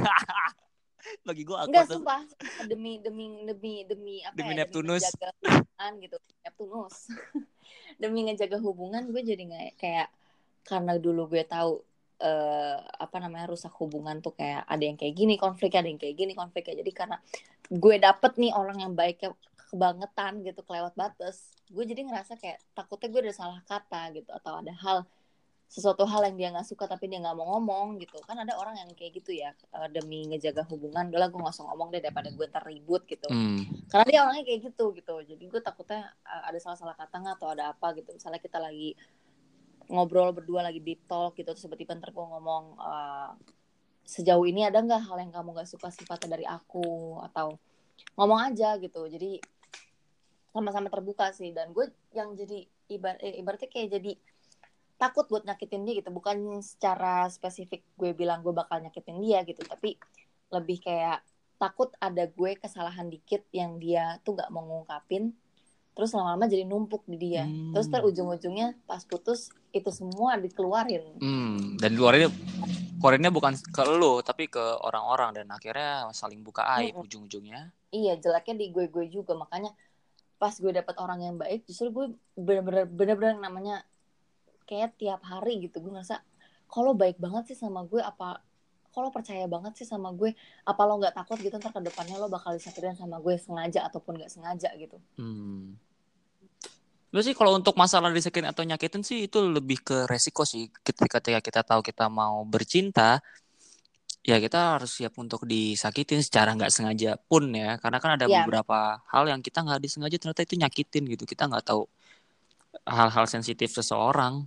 Bagi gue Enggak, awkward tuh. sumpah, sumpah demi demi demi demi apa Demi ya, demi Neptunus. menjaga hubungan gitu. Neptunus. Demi ngejaga hubungan gue jadi nggak kayak, karena dulu gue tahu eh, apa namanya rusak hubungan tuh kayak ada yang kayak gini konflik, ada yang kayak gini konfliknya. Jadi karena gue dapet nih orang yang baiknya kebangetan gitu, kelewat batas, gue jadi ngerasa kayak takutnya gue ada salah kata gitu, atau ada hal sesuatu hal yang dia nggak suka tapi dia nggak mau ngomong gitu. Kan ada orang yang kayak gitu ya, eh, demi ngejaga hubungan udahlah gue nggak usah ngomong deh daripada gue terribut gitu. Hmm. Karena dia orangnya kayak gitu gitu. Jadi gue takutnya uh, ada salah-salah kata nggak atau ada apa gitu. Misalnya kita lagi ngobrol berdua lagi deep talk gitu, terus tiba-tiba ntar gue ngomong uh, sejauh ini ada nggak hal yang kamu nggak suka sifatnya dari aku, atau ngomong aja gitu. Jadi sama-sama terbuka sih. Dan gue yang jadi ibar eh, ibaratnya kayak jadi takut buat nyakitin dia gitu. Bukan secara spesifik gue bilang gue bakal nyakitin dia gitu, tapi lebih kayak takut ada gue kesalahan dikit yang dia tuh gak mau ngungkapin, terus lama-lama jadi numpuk di dia. Hmm. Terus ter ujung-ujungnya pas putus itu semua dikeluarin. Hmm. Dan keluarinnya, keluarinnya bukan ke lo, tapi ke orang-orang. Dan akhirnya saling buka aib Mm-mm. ujung-ujungnya. Iya, jeleknya di gue-gue juga. Makanya pas gue dapet orang yang baik, justru gue bener-bener bener-bener namanya kayak tiap hari gitu gue ngerasa kalau baik banget sih sama gue, apa kalau percaya banget sih sama gue, apa lo nggak takut gitu ntar ke depannya lo bakal disakitin sama gue sengaja ataupun nggak sengaja gitu. Hmm. Terus sih kalau untuk masalah disakitin atau nyakitin sih itu lebih ke resiko sih. Ketika ketika kita tahu kita mau bercinta, ya kita harus siap untuk disakitin secara nggak sengaja pun ya. Karena kan ada Ya, beberapa hal yang kita nggak disengaja ternyata itu nyakitin gitu. Kita nggak tahu hal-hal sensitif seseorang.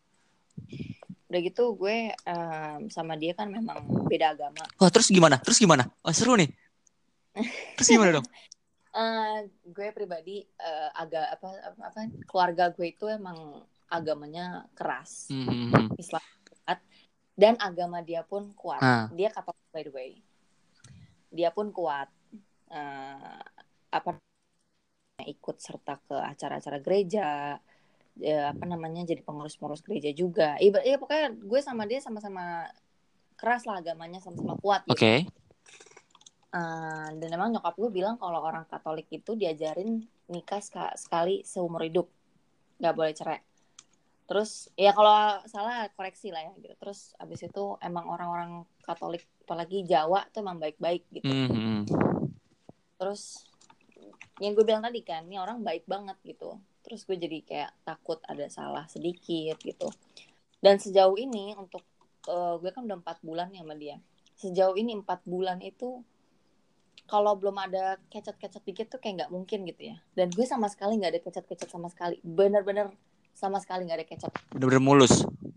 udah gitu gue em, sama dia kan memang beda agama. Wah terus gimana? Terus gimana? Wah seru nih. Terus gimana dong? Eh, gue pribadi eh, agak apa, apa apa keluarga gue itu emang agamanya keras, Hmm. Islam kuat, dan agama dia pun kuat. Ah. Dia Katolik by the way. Dia pun kuat. Eh, apa ikut serta ke acara-acara gereja, ya, apa namanya jadi pengurus-pengurus gereja juga. Iya, ya, pokoknya gue sama dia sama-sama keras lah agamanya, sama-sama kuat gitu. Oke. Okay. Uh, dan emang nyokap gue bilang kalau orang Katolik itu diajarin nikah sek- sekali seumur hidup, nggak boleh cerai. Terus ya kalau salah koreksi lah ya gitu. Terus abis itu emang orang-orang Katolik apalagi Jawa tuh emang baik-baik gitu. Mm-hmm. Terus yang gue bilang tadi kan, ini orang baik banget gitu. Terus gue jadi kayak takut ada salah sedikit gitu. Dan sejauh ini untuk uh, gue kan udah empat bulan ya sama dia. Sejauh ini empat bulan itu kalau belum ada kecet-kecet dikit tuh kayak nggak mungkin gitu ya. Dan gue sama sekali nggak ada kecet-kecet sama sekali. Bener-bener sama sekali nggak ada kecet. Bener-bener mulus.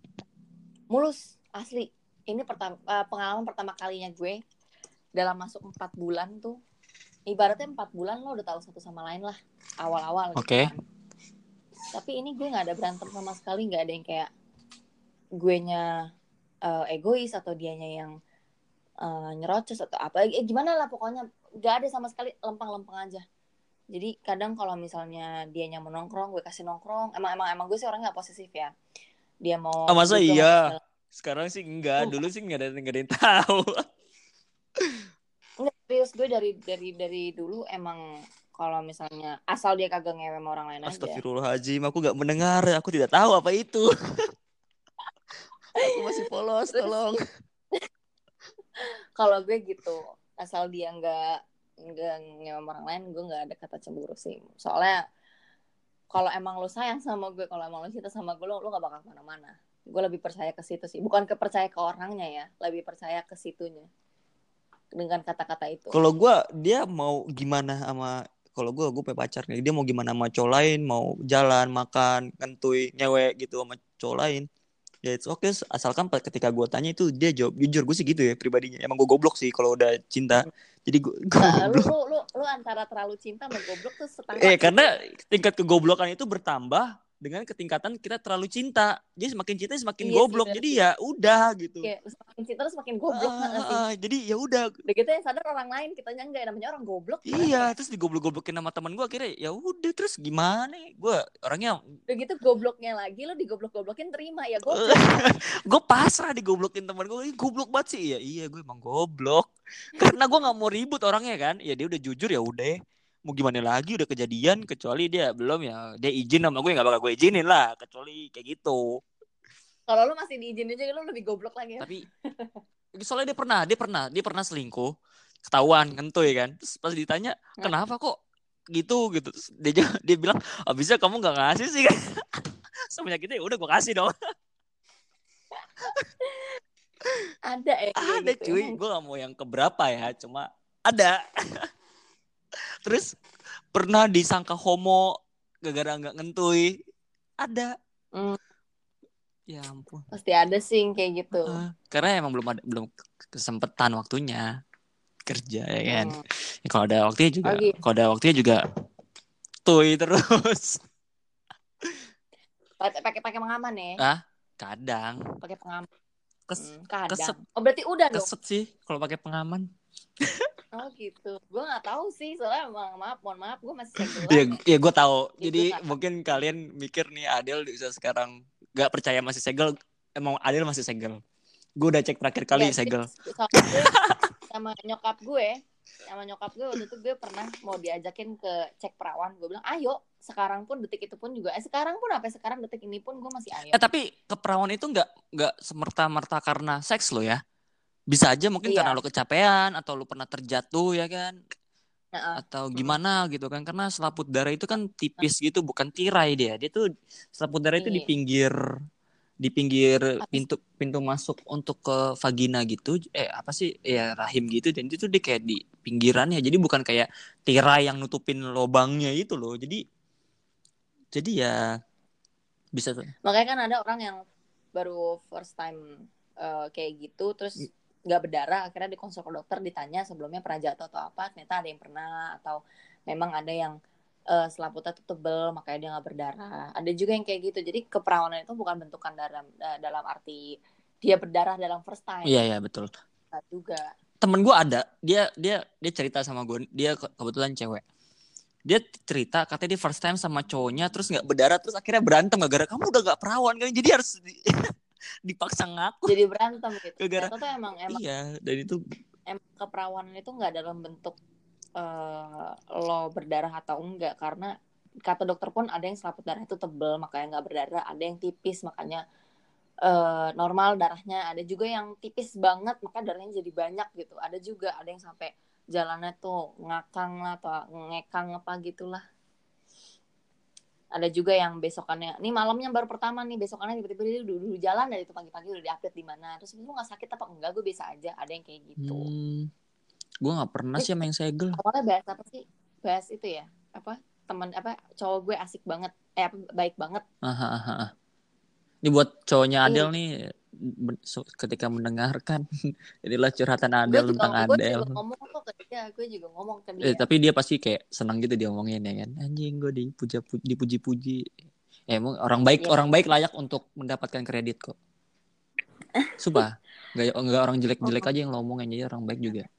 Mulus asli. Ini pertama uh, pengalaman pertama kalinya gue dalam masuk empat bulan tuh. Ibaratnya empat bulan lo udah tahu satu sama lain lah awal-awal gitu okay. kan. Tapi ini gue nggak ada berantem sama sekali, nggak ada yang kayak gue nya uh, egois atau dianya yang uh, nyerocos atau apa. Eh, gimana lah pokoknya. Gak ada sama sekali, lempeng-lempeng aja. Jadi kadang kalau misalnya dia mau nongkrong, gue kasih nongkrong. Emang emang emang gue sih orangnya gak posesif ya. Dia mau. Oh, masa juga iya? mau sekarang sih enggak. Hmm. Dulu sih nggak ada nggak ada yang tahu. Enggak, serius gue dari dari dari dulu emang kalau misalnya asal dia kagak ngewe sama orang lain aja. Astagfirullahaladzim, aku gak mendengar, aku tidak tahu apa itu. Aku masih polos, tolong. Kalau gue gitu, asal dia nggak nggak ngewe orang lain, gue nggak ada kata cemburu sih. Soalnya kalau emang lo sayang sama gue, kalau emang lo cinta sama gue, lo lo nggak bakal kemana-mana. Gue lebih percaya ke situ sih, bukan kepercaya ke orangnya ya, lebih percaya ke situnya dengan kata-kata itu. Kalau gue dia mau gimana sama, kalau gue gue punya pacar nih, dia mau gimana sama cowok lain, mau jalan, makan, ngentuy, nyewe gitu sama cowok lain. Ya it's okay, asalkan ketika gue tanya itu dia jawab jujur. Gue sih gitu ya pribadinya. Emang gue goblok sih kalau udah cinta. Jadi gue uh, lu, lu lu lu antara terlalu cinta sama goblok tuh setengah. Eh karena tingkat kegoblokan itu bertambah dengan ketingkatan kita terlalu cinta. Jadi semakin cinta semakin iya goblok. Sih, jadi ya udah gitu. Kayak semakin cinta terus semakin goblok uh, nggak sih? Uh, jadi ya udah. Udah gitu yang sadar orang lain, kitanya enggak, namanya orang goblok. Iya, terus digoblok-goblokin sama teman gue akhirnya ya udah, terus gimana? Gue orangnya udah gitu gobloknya lagi lo digoblok-goblokin terima ya goblok. Gue pasrah digoblokin teman gue. Goblok banget sih. Ya iya, gue emang goblok. Karena gue nggak mau ribut orangnya kan. Ya dia udah jujur ya udah. Mau gimana lagi, udah kejadian, kecuali dia belum ya dia izin sama gue, nggak bakal gue izinin lah kecuali kayak gitu. Kalau lo masih diizinin aja lo lebih goblok lagi ya. Tapi soalnya dia pernah dia pernah dia pernah selingkuh, ketahuan ngentuy kan. Terus pas ditanya kenapa kok gitu gitu, terus dia dia bilang abisnya kamu nggak ngasih sih kan. Semenjak itu ya udah gue kasih dong. Ada eh ada gitu, cuy ya. Gue nggak mau yang keberapa ya, cuma ada. Terus pernah disangka homo gara-gara nggak ngentuy, ada. Mm. Ya ampun. Pasti ada sih kayak gitu. Uh, karena emang belum ada belum kesempatan waktunya kerja ya kan. Mm. Ya, kalau ada waktunya juga, okay. kalau ada waktunya juga tuy terus. Pakai pakai pengaman ya? Ah, kadang. Pakai pengaman. Kes, hmm, kadang. Keset. Oh berarti udah dong. Keset sih kalau pakai pengaman. Oh gitu, gue nggak tahu sih soalnya emang maaf, mohon maaf, gue masih segel. ya, ya gue tahu. Jadi, Jadi mungkin tahu. Kalian mikir nih Adel bisa sekarang nggak percaya masih segel, emang Adel masih segel. Gue udah cek terakhir kali ya, segel. Sama nyokap gue, sama nyokap gue waktu itu gue pernah mau diajakin ke cek perawan, gue bilang ayo. Sekarang pun detik itu pun juga, eh sekarang pun apa sekarang detik ini pun gue masih ayo. Eh tapi ke perawan itu nggak nggak semerta-merta karena seks lo ya. Bisa aja mungkin iya. Karena lu kecapean atau lu pernah terjatuh ya kan. Heeh. atau Mm. gimana gitu kan, karena selaput darah itu kan tipis gitu, bukan tirai dia dia tuh selaput darah itu di Iya. pinggir di pinggir Apa sih? pintu pintu masuk untuk ke vagina gitu, eh apa sih ya, rahim gitu, dan itu tuh di kayak di pinggirannya, jadi bukan kayak tirai yang nutupin lobangnya itu loh, jadi jadi ya bisa tuh. Makanya kan ada orang yang baru first time eh, kayak gitu terus nggak berdarah, akhirnya di konsul ke dokter ditanya sebelumnya pernah jatuh atau apa, ternyata ada yang pernah, atau memang ada yang eh, selaputnya tuh tebel makanya dia nggak berdarah. Ada juga yang kayak gitu. Jadi keperawanan itu bukan bentukan dalam eh, dalam arti dia berdarah dalam first time. Iya, iya, betul. Nggak juga. Temen gue ada, dia dia dia cerita sama gue, dia ke- kebetulan cewek. Dia cerita katanya dia first time sama cowoknya, terus nggak berdarah, terus akhirnya berantem gara-gara kamu udah nggak perawan kan, jadi harus di- dipaksa ngaku Jadi berantem gitu. gara-gara. Ternyata tuh emang emang Iya, dan itu emang keperawanan itu nggak dalam bentuk eh, lo berdarah atau enggak, karena kata dokter pun ada yang selaput darah itu tebel makanya nggak berdarah, ada yang tipis makanya eh, normal darahnya, ada juga yang tipis banget maka darahnya jadi banyak gitu, ada juga ada yang sampai jalannya tuh ngakang lah atau ngekang apa gitulah, ada juga yang besokannya nih malamnya baru pertama nih, besokannya tiba-tiba dia dulu, dulu jalan dari itu pagi-pagi udah diupdate di mana, terus itu nggak sakit apa enggak, gue biasa aja, ada yang kayak gitu. hmm, gue nggak pernah Ini sih sama yang segel. awalnya bahas apa sih? Bahas itu ya. Apa? Teman apa? Cowok gue asik banget. Eh apa baik banget. Aha, aha, aha. Ini buat cowoknya Iya, Adele nih, ketika mendengarkan inilah curhatan gue Adele juga tentang gue juga Adele. ngomong tuh ke dia, gue juga ngomong ke Eh, dia. tapi dia pasti kayak senang gitu dia ngomongin ya kan, anjing gue dipuja dipuji-puji. Eh, emang orang baik Ya, orang baik layak untuk mendapatkan kredit kok. Sumpah, nggak nggak orang jelek-jelek aja yang ngomongin, jadi orang baik juga.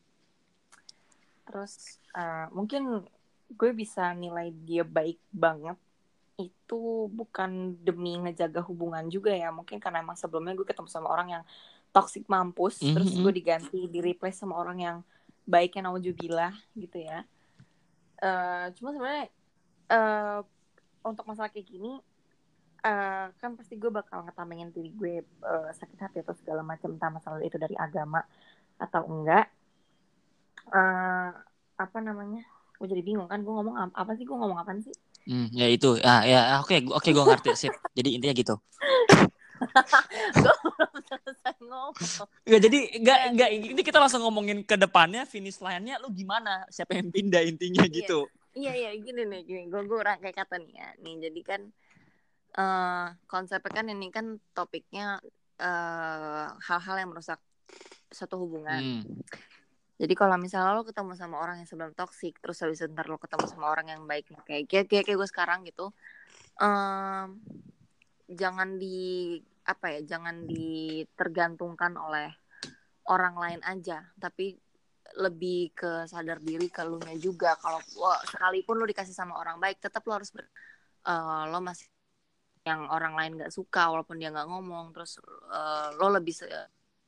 terus uh, mungkin gue bisa nilai dia baik banget itu bukan demi ngejaga hubungan juga ya, mungkin karena emang sebelumnya gue ketemu sama orang yang toxic mampus, Mm-hmm. terus gue diganti di replace sama orang yang baiknya nauzubillah gitu ya. Uh, cuma sebenarnya uh, untuk masalah kayak gini uh, kan pasti gue bakal ngetamengin diri gue uh, sakit hati atau segala macam, entah masalah itu dari agama atau enggak. Uh, apa namanya? Gue jadi bingung kan, gue ngomong apa sih? Gue ngomong apa sih? Hmm, ya itu. Ah, ya, oke, okay, oke, okay, gue ngerti sip. Jadi intinya gitu. Gue belum selesai ngomong. Ya, jadi enggak enggak ini kita langsung ngomongin ke depannya, finish line-nya lu gimana? Siapa yang pindah intinya Iya. gitu. Iya iya gini nih, gini. Gue gue rangkai kata nih ya. Nih jadi kan uh, konsepnya kan ini kan topiknya uh, hal-hal yang merusak satu hubungan. Hmm. Jadi kalau misalnya lo ketemu sama orang yang sebelum toksik, terus habis itu ntar lo ketemu sama orang yang baik kayak kayak kayak, kayak gue sekarang gitu, um, jangan di apa ya, jangan ditergantungkan oleh orang lain aja, tapi lebih ke sadar diri ke lu nya juga. Kalau wah, sekalipun lo dikasih sama orang baik, tetap lo harus ber, uh, lo masih yang orang lain nggak suka walaupun dia nggak ngomong, terus uh, lo lebih se-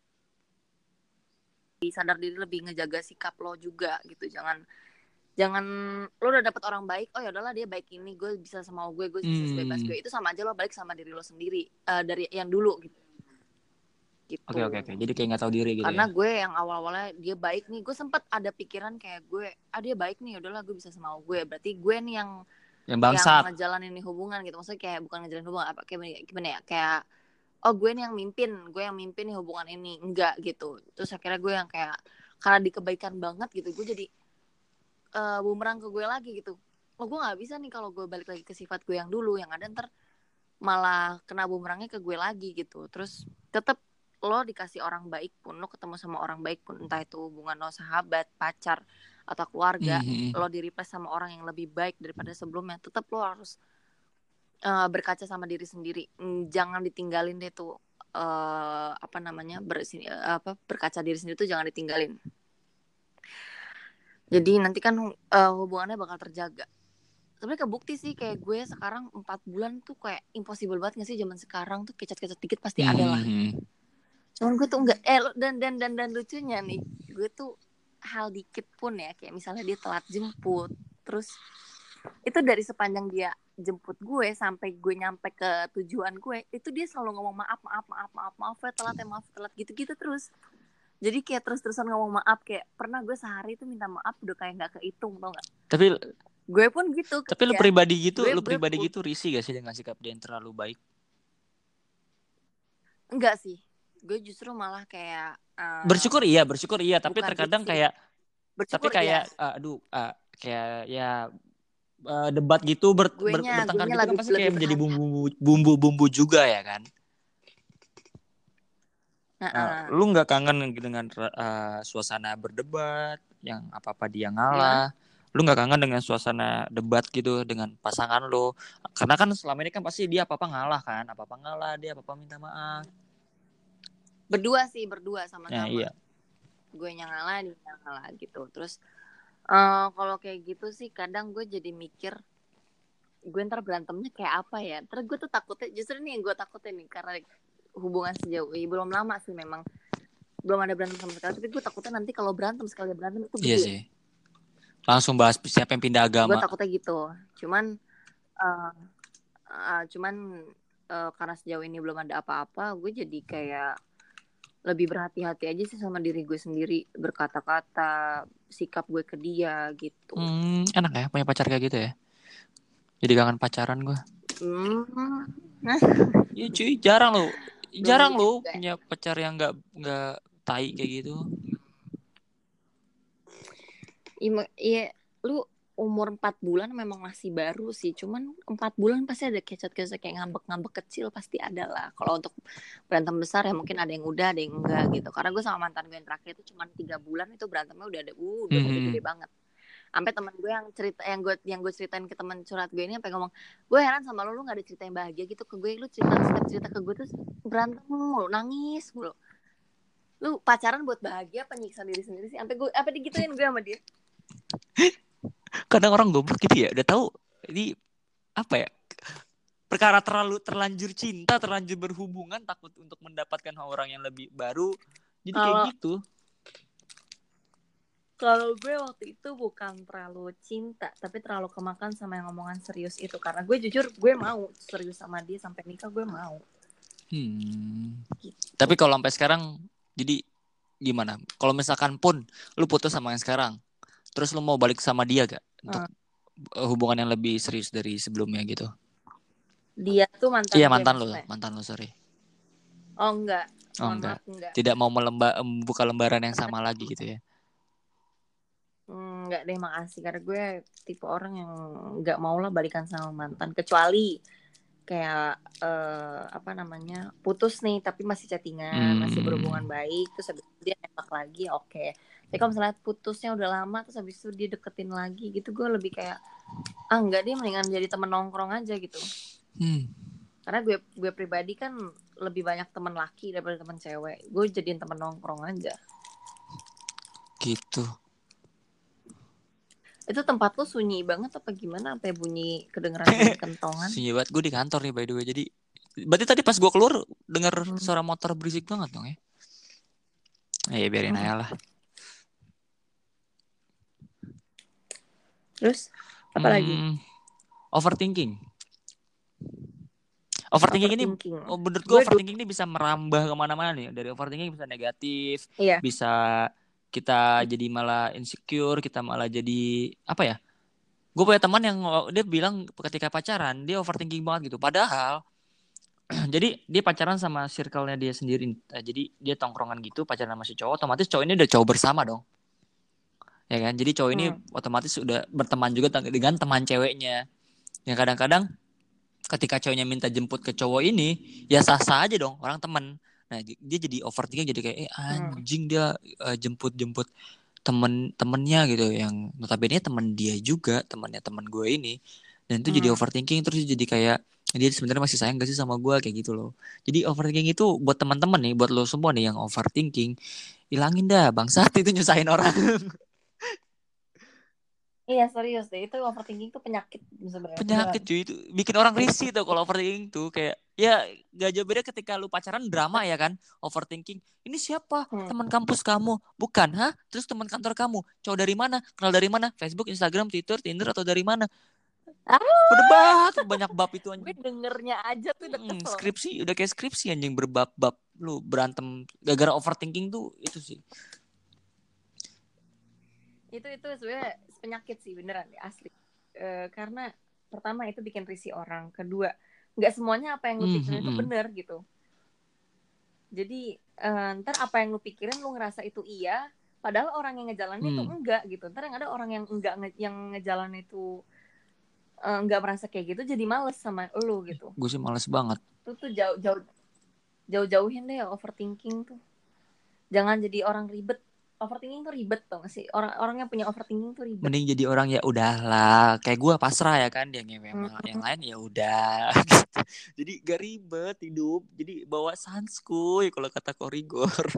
sadar diri, lebih ngejaga sikap lo juga gitu. Jangan jangan lo udah dapet orang baik, oh ya udahlah dia baik ini, gue bisa sama gue, gue bisa sebebas gue. Itu sama aja lo balik sama diri lo sendiri uh, dari yang dulu gitu. Gitu. Oke oke oke. Jadi kayak nggak tahu diri gitu. Karena ya. gue yang awal-awalnya dia baik nih, gue sempat ada pikiran kayak gue, ah dia baik nih, udahlah gue bisa sama gue. Berarti gue nih yang yang bangsat, yang ngejalanin nih hubungan gitu. Maksudnya kayak bukan ngejalanin hubungan, apa kayak gimana ya? Kayak oh gue nih yang mimpin, gue yang mimpin nih hubungan ini, enggak gitu. Terus akhirnya gue yang kayak karena dikebaikan banget gitu, gue jadi uh, bumerang ke gue lagi gitu. Oh gue nggak bisa nih kalau gue balik lagi ke sifat gue yang dulu, yang ada ntar malah kena bumerangnya ke gue lagi gitu. Terus tetap lo dikasih orang baik pun, lo ketemu sama orang baik pun, entah itu hubungan lo sahabat, pacar, atau keluarga, mm-hmm. lo di replace sama orang yang lebih baik daripada sebelumnya, tetap lo harus uh, berkaca sama diri sendiri. Jangan ditinggalin deh tuh uh, apa namanya bersini, uh, apa berkaca diri sendiri tuh jangan ditinggalin. Jadi nanti kan uh, hubungannya bakal terjaga. Sebenarnya kebukti sih, kayak gue sekarang empat bulan tuh kayak impossible banget gak sih, zaman sekarang tuh kecat-kecat dikit pasti mm-hmm. ada lah. Cuman gue tuh enggak, eh dan dan dan dan lucunya nih, gue tuh hal dikit pun ya, kayak misalnya dia telat jemput, terus itu dari sepanjang dia jemput gue sampai gue nyampe ke tujuan gue, itu dia selalu ngomong maaf maaf maaf maaf maaf ya telat ya maaf telat gitu-gitu terus. Jadi kayak terus-terusan ngomong maaf. Kayak pernah gue sehari tuh minta maaf udah kayak nggak kehitung, tau nggak? Tapi Gue pun gitu. tapi lu Ya, pribadi gitu, gue lu gue pribadi pun- gitu risih gak sih dengan sikap dia yang terlalu baik? enggak sih. Gue justru malah kayak uh, Bersyukur iya, bersyukur iya, tapi bukan terkadang risih. kayak tapi Bersyukur kayak iya. uh, aduh uh, kayak ya uh, debat gitu ber, ber, Guenya, bertengkar guenya gitu kan lebih pasti lebih kayak menjadi berhati-hati. bumbu bumbu bumbu juga ya kan. Nah, Uh, uh, lu nggak kangen dengan uh, suasana berdebat yang apa-apa dia gimana? ngalah? Lu nggak kangen dengan suasana debat gitu dengan pasangan lu? Karena kan selama ini kan pasti dia apa-apa ngalah kan, apa-apa ngalah, dia apa-apa minta maaf. Berdua sih, berdua Ya sama-sama. iya. Gue yang ngalah, dia yang ngalah gitu. Terus uh, kalau kayak gitu sih kadang gue jadi mikir gue ntar berantemnya kayak apa ya. Ntar gue tuh takutnya, justru nih yang gue takutin nih karena hubungan sejauh ini belum lama sih memang, belum ada berantem sama sekali, tapi gue takutnya nanti kalau berantem sekali berantem itu Iya gede. sih. Langsung bahas siapa yang pindah Gue agama. takutnya gitu. Cuman uh, uh, cuman uh, karena sejauh ini belum ada apa-apa, gue jadi kayak lebih berhati-hati aja sih sama diri gue sendiri, berkata-kata, sikap gue ke dia gitu. Hmm, enak ya punya pacar kayak gitu ya. Jadi kangen pacaran gue. Hmm. Iya cuy, jarang lo, Belum jarang gitu lo juga. punya pacar yang nggak nggak tai kayak gitu. Iya, lu umur empat bulan memang masih baru sih. Cuman empat bulan pasti ada kecot-kecot kayak ngambek-ngambek kecil pasti ada lah. Kalau untuk berantem besar ya mungkin ada yang udah, ada yang enggak gitu. Karena gue sama mantan gue yang terakhir itu cuma tiga bulan itu berantemnya udah ada, uh, udah Hmm. gede-gede banget. Sampai teman gue yang cerita yang gue yang gue ceritain ke teman curhat gue ini sampai ngomong, gue heran sama lo, lu nggak ada cerita yang bahagia gitu ke gue. Lu cerita setiap cerita ke gue tuh berantem mulu, nangis mulu. Lu pacaran buat bahagia apa nyiksa diri sendiri sih? Sampai gue apa digituin gue sama dia. Kadang orang goblok gitu ya, udah tahu ini apa ya, perkara terlalu terlanjur cinta, terlanjur berhubungan, takut untuk mendapatkan orang yang lebih baru, jadi kayak Kalau- gitu. Kalau gue waktu itu bukan terlalu cinta, tapi terlalu kemakan sama yang ngomongan serius itu. Karena gue jujur gue mau serius sama dia sampai nikah, gue mau. Hmm. Gitu. Tapi kalau sampai sekarang, jadi gimana? Kalau misalkan pun lu putus sama yang sekarang, terus lu mau balik sama dia gak untuk Hmm. hubungan yang lebih serius dari sebelumnya gitu? Dia tuh mantan Iya gue mantan lu, maksudnya. mantan lu sorry. Oh enggak, Oh mohon enggak, maaf enggak. tidak mau melemba, membuka lembaran yang sama lagi gitu ya? Hmm, enggak deh, makasih. Karena gue tipe orang yang enggak mau lah balikan sama mantan. Kecuali kayak uh, apa namanya, putus nih tapi masih chattingan, Hmm. masih berhubungan baik, terus habis itu dia nembak lagi, oke. Okay. Tapi kalau misalnya putusnya udah lama terus habis itu dia deketin lagi gitu, gue lebih kayak ah enggak, dia mendingan jadi temen nongkrong aja gitu. Hmm. Karena gue gue pribadi kan lebih banyak teman laki daripada teman cewek, gue jadiin temen nongkrong aja gitu. Itu tempat lo sunyi banget apa gimana, sampai bunyi kedengeran bunyi kentongan? Sunyi banget, gue di kantor nih by the way. Jadi berarti tadi pas gue keluar dengar Hmm. suara motor berisik banget dong ya? Eh, ya biarin aja lah. Terus apa hmm, lagi? Overthinking. Overthinking, Overthinking. ini, oh, menurut gue Gue overthinking ini bisa merambah kemana-mana nih. Dari overthinking bisa negatif, Iya. bisa kita jadi malah insecure, kita malah jadi apa ya? Gue punya teman yang dia bilang ketika pacaran dia overthinking banget gitu. Padahal jadi dia pacaran sama circle-nya dia sendiri. Jadi dia tongkrongan gitu, pacaran sama si cowok, otomatis cowok ini udah cowok bersama dong. Ya kan? Jadi cowok ini Hmm. otomatis udah berteman juga dengan teman ceweknya. Yang kadang-kadang ketika cowoknya minta jemput ke cowok ini, ya sah-sah aja dong, orang teman. Nah, dia jadi overthinking, jadi kayak eh anjing dia uh, jemput-jemput temen-temennya gitu, yang notabene teman dia juga, temannya teman gue ini. Dan itu hmm. jadi overthinking, terus jadi kayak dia sebenarnya masih sayang gak sih sama gue, kayak gitu loh. Jadi overthinking itu buat teman-teman nih, buat lo semua nih yang overthinking, ilangin dah, bangsat itu nyusahin orang. Iya serius deh, itu overthinking tuh penyakit sebenarnya. Penyakit cuy, itu bikin orang risih tuh kalau overthinking tuh. Kayak ya gak jauh beda ketika lu pacaran drama ya kan, overthinking. Ini siapa? Hmm. Teman kampus kamu? Bukan, hah? Terus teman kantor kamu? Cowok dari mana? Kenal dari mana? Facebook, Instagram, Twitter, Tinder, atau dari mana? Ah, Berdebat banyak bab itu gue anjing. dengernya aja tuh udah Mm, kesel. skripsi udah kayak skripsi anjing berbab-bab lu berantem gara-gara overthinking tuh itu sih. Itu itu sebenarnya penyakit sih beneran asli. E, karena pertama itu bikin risih orang, kedua nggak semuanya apa yang lu pikirin itu Mm-hmm. bener gitu. Jadi e, ntar apa yang lu pikirin lu ngerasa itu iya, padahal orang yang ngejalanin itu Hmm. enggak gitu. Ntar yang ada orang yang enggak nge- yang ngejalanin itu e, enggak merasa kayak gitu, jadi males sama lu gitu. Gue sih males banget. Itu tuh jauh jauh jauh-jauhin deh overthinking tuh. Jangan jadi orang ribet. Overthinking tuh ribet tau gak sih? Orang-orang yang punya overthinking tuh ribet. Mending jadi orang ya udahlah, kayak gue pasrah ya kan, dia ngewe sama Hmm. yang lain ya udah. Jadi gak ribet hidup, jadi bawa sanskuy kalau kata Korigor.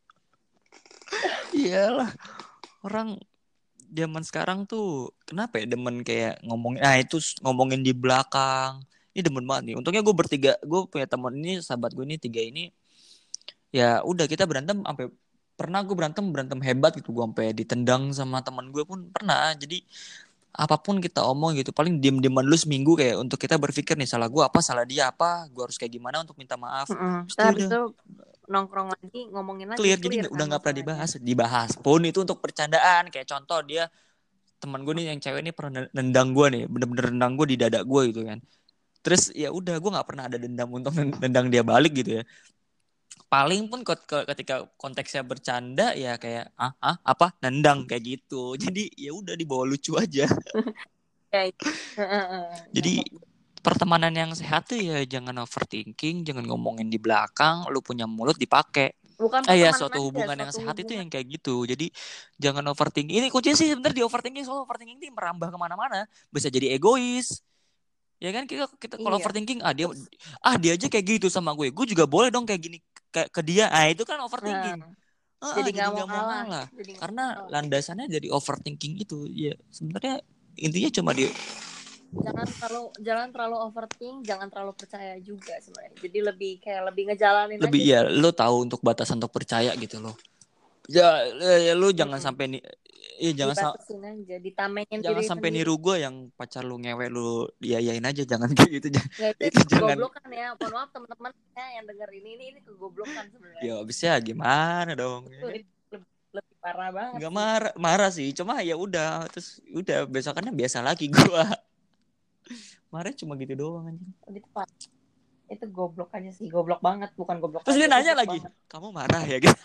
Iyalah, orang zaman sekarang tuh kenapa ya demen kayak ngomongin, nah itu ngomongin di belakang. Ini demen banget nih. Untungnya gue bertiga, gue punya temen ini, sahabat gue ini tiga ini. Ya udah kita berantem sampai pernah gue berantem berantem hebat gitu, gue sampai ditendang sama teman gue pun pernah. Jadi apapun kita omong gitu, paling diem-dieman dulu seminggu kayak untuk kita berpikir nih salah gue apa, salah dia apa, gue harus kayak gimana untuk minta maaf. Mm-mm. Terus Terus habis udah itu nongkrong lagi, ngomongin lagi, clear, clear jadi kan udah nggak pernah masalahnya. dibahas. Dibahas pun itu untuk bercandaan, kayak contoh dia teman gue nih yang cewek ini pernah nendang gue nih, bener-bener nendang gue di dada gue gitu kan. Terus ya udah gue nggak pernah ada dendam untuk nendang dia balik gitu ya. Paling pun ketika konteksnya bercanda ya kayak ah ah apa nendang kayak gitu. Jadi ya udah dibawa lucu aja. Kayak Jadi pertemanan yang sehat tuh ya jangan overthinking, jangan ngomongin di belakang, lu punya mulut dipakai. bukan Eh ya pertemanan suatu aja, hubungan yang suatu sehat itu hubungan. yang kayak gitu. Jadi jangan overthinking. Ini kuncinya sih sebenarnya di overthinking, soal overthinking ini merambah kemana-mana. Bisa jadi egois. Ya kan kita kita kalau Iya. overthinking ah dia ah dia aja kayak gitu sama gue. Gue juga boleh dong kayak gini ke, ke dia. Ah itu kan overthinking. Nah, Ah, jadi ah, jadi nggak mau nggak mau kalah. ngalah. Jadi nggak Karena mau kalah. landasannya dari overthinking itu. Ya sebenarnya intinya cuma di Jangan terlalu jangan terlalu overthink, jangan terlalu percaya juga sebenarnya. Jadi lebih kayak lebih ngejalanin lebih aja. ya lo tahu untuk batasan untuk percaya gitu loh. Ya, ya lu jangan Mm-mm. sampai nih ya jangan sa- Dibatasin aja, ditamengin jangan diri sampai sendiri. niru gue yang pacar lu ngewe lu diayain aja, jangan kayak gitu. Ya itu, Itu jangan. kegoblokan ya. Mohon maaf teman-teman ya yang denger ini ini ini kegoblokan sebenarnya. Ya abisnya gimana dong ya Itu, kan? itu lebih, lebih parah banget Nggak sih. marah marah sih, cuma ya udah terus udah besokannya biasa lagi gue. Marah cuma gitu doang anjing. Itu parah. Itu goblok aja sih, goblok banget, bukan goblok Terus aja. dia nanya goblok lagi, banget. kamu marah ya gitu.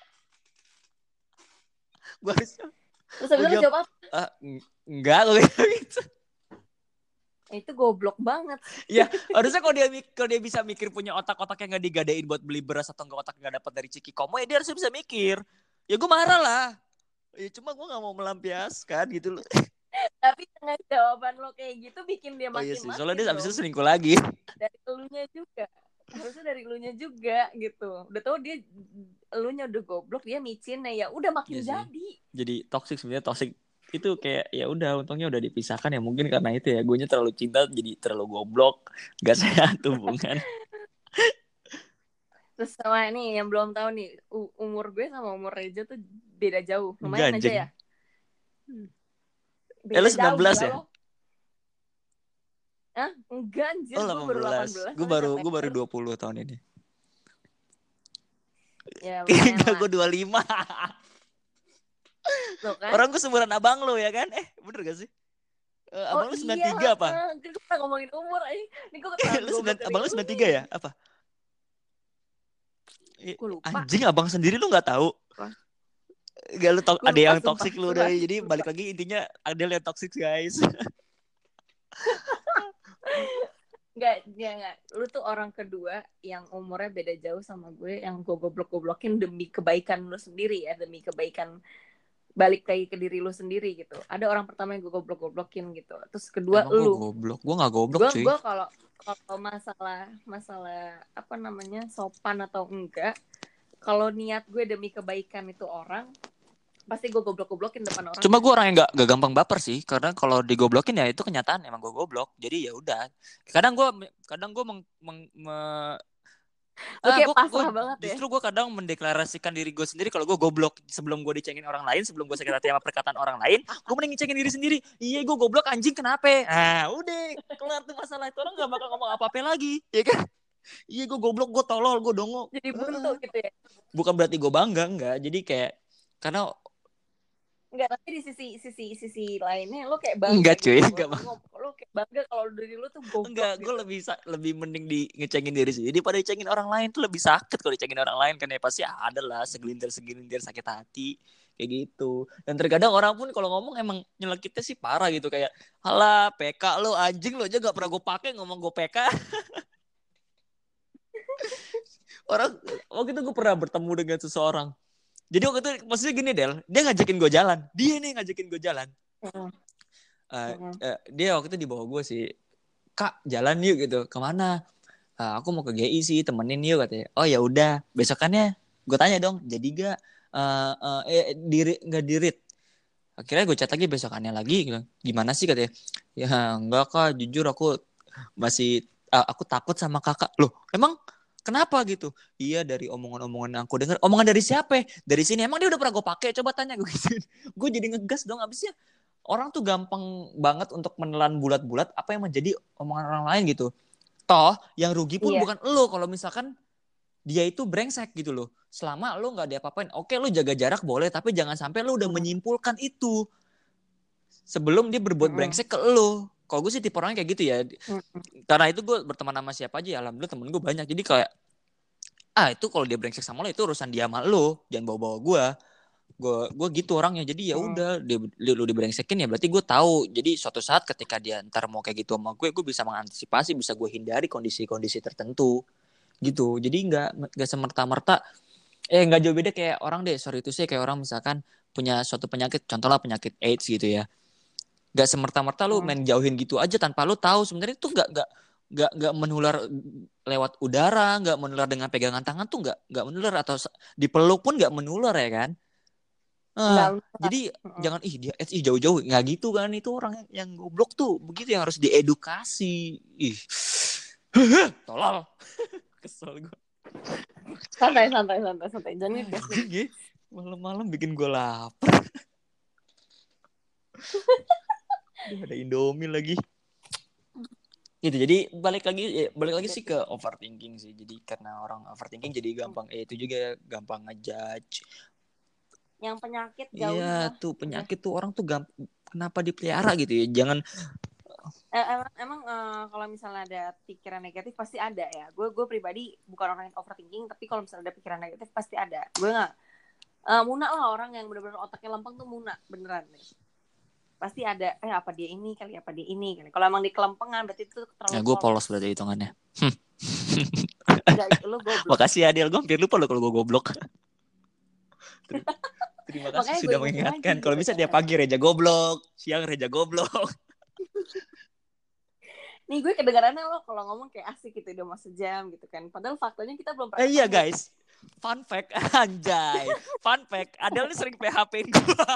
Gue harusnya Terus habis gua itu lu jawab, jawab apa? ah, enggak gue gitu. Itu goblok banget. Ya harusnya kalau dia kalau dia bisa mikir, punya otak-otak yang nggak digadein buat beli beras atau nggak otak nggak dapat dari Ciki Komo, ya dia harusnya bisa mikir. Ya gue marah lah. Ya cuma gue nggak mau melampiaskan gitu loh. Tapi dengan jawaban lo kayak gitu bikin dia Oh makin iya sih, makin soalnya dia habis itu dong. selingkuh lagi. Dari elunya juga. Harusnya dari elunya juga gitu. Udah tau dia elunya udah goblok, dia micin ya udah makin Iya sih. jadi. Jadi toxic sebenarnya, toxic itu kayak ya udah untungnya udah dipisahkan ya, mungkin karena itu ya, guenya terlalu cinta jadi terlalu goblok, gak sehat hubungan. Terus sama ini yang belum tahu nih, u- umur gue sama umur Reja tuh beda jauh. Enggak Lumayan aja anjing. ya. Eh lu sembilan belas ya? Lo. Hah? Enggak anjir, Oh gue baru delapan delapan belas. belas. Gue baru gue baru dua puluh tahun ini. Ya lumayan lah. Gue dua puluh lima. Tuh kan? Orang gue seumuran abang lo ya kan? Eh bener gak sih? Uh, abang oh, lu sembilan iya, tiga apa? Gue pernah ngomongin umur aja. Ini gue Lu sembilan, abang lu sembilan tiga ya? Apa? Gue lupa. Anjing, abang sendiri lu gak tahu? Wah. Gak, lu to- Gua ada lupa, yang sumpah, toxic lu sumpah, dari. Jadi sumpah. balik lagi intinya ada yang toxic guys. Enggak, ya enggak. Lu tuh orang kedua yang umurnya beda jauh sama gue, yang gue goblok-goblokin demi kebaikan lu sendiri ya, demi kebaikan balik lagi ke diri lu sendiri gitu. Ada orang pertama yang gue goblok-goblokin gitu. Terus kedua Emang lu. gue goblok, gue gak goblok Gue cuy. gue kalau kalau masalah masalah apa namanya sopan atau enggak, kalau niat gue demi kebaikan itu orang, pasti gue goblok-goblokin depan orang. Cuma gue orang yang gak, gak gampang baper sih, karena kalau digoblokin ya itu kenyataan emang gue goblok. Jadi ya udah. Kadang gue kadang gue meng, meng, me, Lu Ah, kayak gua, gua pasrah banget ya. justru gue kadang mendeklarasikan diri gue sendiri kalau gue goblok sebelum gue dicengin orang lain, sebelum gue sakit hati sama perkataan orang lain, gue mending ngecengin diri sendiri. Iya gue goblok anjing kenapa? Ah udah kelar tuh masalah itu orang nggak bakal ngomong apa-apa lagi, ya kan? Iya gue goblok, gue tolol, gue dongo. Jadi buntu Uh-uh. gitu ya. Bukan berarti gue bangga, enggak. Jadi kayak karena Enggak, tapi di sisi sisi sisi lainnya lu kayak bangga enggak cuy, gitu. enggak Lu, bang. lu kayak bangga kalau diri lu tuh goblok Enggak, gitu. gue lebih lebih mending di ngecengin diri sendiri daripada dicengin orang lain. Tuh lebih sakit kalau dicengin orang lain kan ya pasti ada lah segelintir segelintir sakit hati kayak gitu. Dan terkadang orang pun kalau ngomong emang nyelekitnya sih parah gitu kayak, halah P K lo anjing lo aja gak pernah gue pakai ngomong gue P K. Orang waktu itu gue pernah bertemu dengan seseorang. Jadi waktu itu maksudnya gini Del, dia ngajakin gue jalan, dia nih ngajakin gue jalan. Mm. Uh, Mm. uh, dia waktu itu di bawah gue sih, Kak jalan yuk gitu, kemana? Uh, aku mau ke G I sih, temenin yuk katanya. Oh ya udah, besokannya gue tanya dong, jadi gak uh, uh, eh diri nggak dirit? Akhirnya gue chat lagi besokannya lagi, gitu. Gimana sih katanya? Ya enggak kak, jujur aku masih uh, aku takut sama kakak. Loh, emang kenapa gitu? Iya dari omongan-omongan yang aku dengar. Omongan dari siapa? Dari sini. Emang dia udah pernah gue pakai? Coba tanya gue gitu. Gue jadi ngegas dong. Abisnya orang tuh gampang banget untuk menelan bulat-bulat apa yang menjadi omongan orang lain gitu. Toh yang rugi pun Iya. bukan lo kalau misalkan dia itu brengsek gitu loh. Selama lo nggak diapa-apain, oke lo jaga jarak boleh, tapi jangan sampai lo udah Mm. menyimpulkan itu sebelum dia berbuat Mm-mm. brengsek ke lo. Kalau gue sih tipe orangnya kayak gitu ya. Mm-mm. Karena itu gue berteman sama siapa aja ya, alhamdulillah temen gue banyak. Jadi kayak ah itu kalau dia brengsek sama lo itu urusan dia sama lo, jangan bawa-bawa gue. Gue gue gitu orangnya. Jadi ya Mm. udah dia lu dibrengsekin ya berarti gue tahu. Jadi suatu saat ketika dia ntar mau kayak gitu sama gue, gue bisa mengantisipasi, bisa gue hindari kondisi-kondisi tertentu gitu. Jadi nggak nggak semerta-merta eh nggak jauh beda kayak orang deh. Sorry itu sih kayak orang misalkan punya suatu penyakit, contohnya penyakit AIDS gitu ya. Gak semerta-merta lu main jauhin gitu aja tanpa lu tahu sebenarnya itu gak gak gak gak menular lewat udara, gak menular dengan pegangan tangan tuh gak gak menular atau dipeluk pun gak menular ya kan? Nah, jadi Mm-mm. jangan ih dia ih jauh-jauh nggak gitu kan itu orang yang, yang goblok tuh begitu yang harus diedukasi. Ih. Tolol. Kesel gue. Santai santai santai santai jangan ngegas. Anjing, malam-malam bikin gue lapar. Duh, ada Indomie lagi. Gitu. Jadi balik lagi ya, balik lagi sih ke overthinking sih. Jadi karena orang overthinking jadi gampang eh itu juga gampang ngejudge. Yang penyakit jauh Iya, lah. tuh penyakit tuh orang tuh gampang kenapa dipelihara gitu ya. Jangan Eh, emang emang uh, kalau misalnya ada pikiran negatif pasti ada ya. Gue gue pribadi bukan orang yang overthinking, tapi kalau misalnya ada pikiran negatif pasti ada. Gue nggak uh, Muna lah orang yang benar-benar otaknya lempeng tuh Muna beneran nih. Pasti ada eh apa dia ini kali apa dia ini kali. Kalau emang di kelempengan berarti itu terlalu. Ya gue polos berarti hitungannya. Enggak, lu goblok. Makasih Adil, gue hampir lupa lo kalau gue goblok. Terima kasih Makanya sudah gue mengingatkan. lagi, Kalau gitu bisa kan. dia pagi Reja goblok, siang Reja goblok. Nih gue kedengarannya lo kalau ngomong kayak asik gitu udah mau sejam gitu kan. Padahal faktanya kita belum pernah. Eh iya guys, fun fact anjay, fun fact. Adel nih sering P H P-in gue.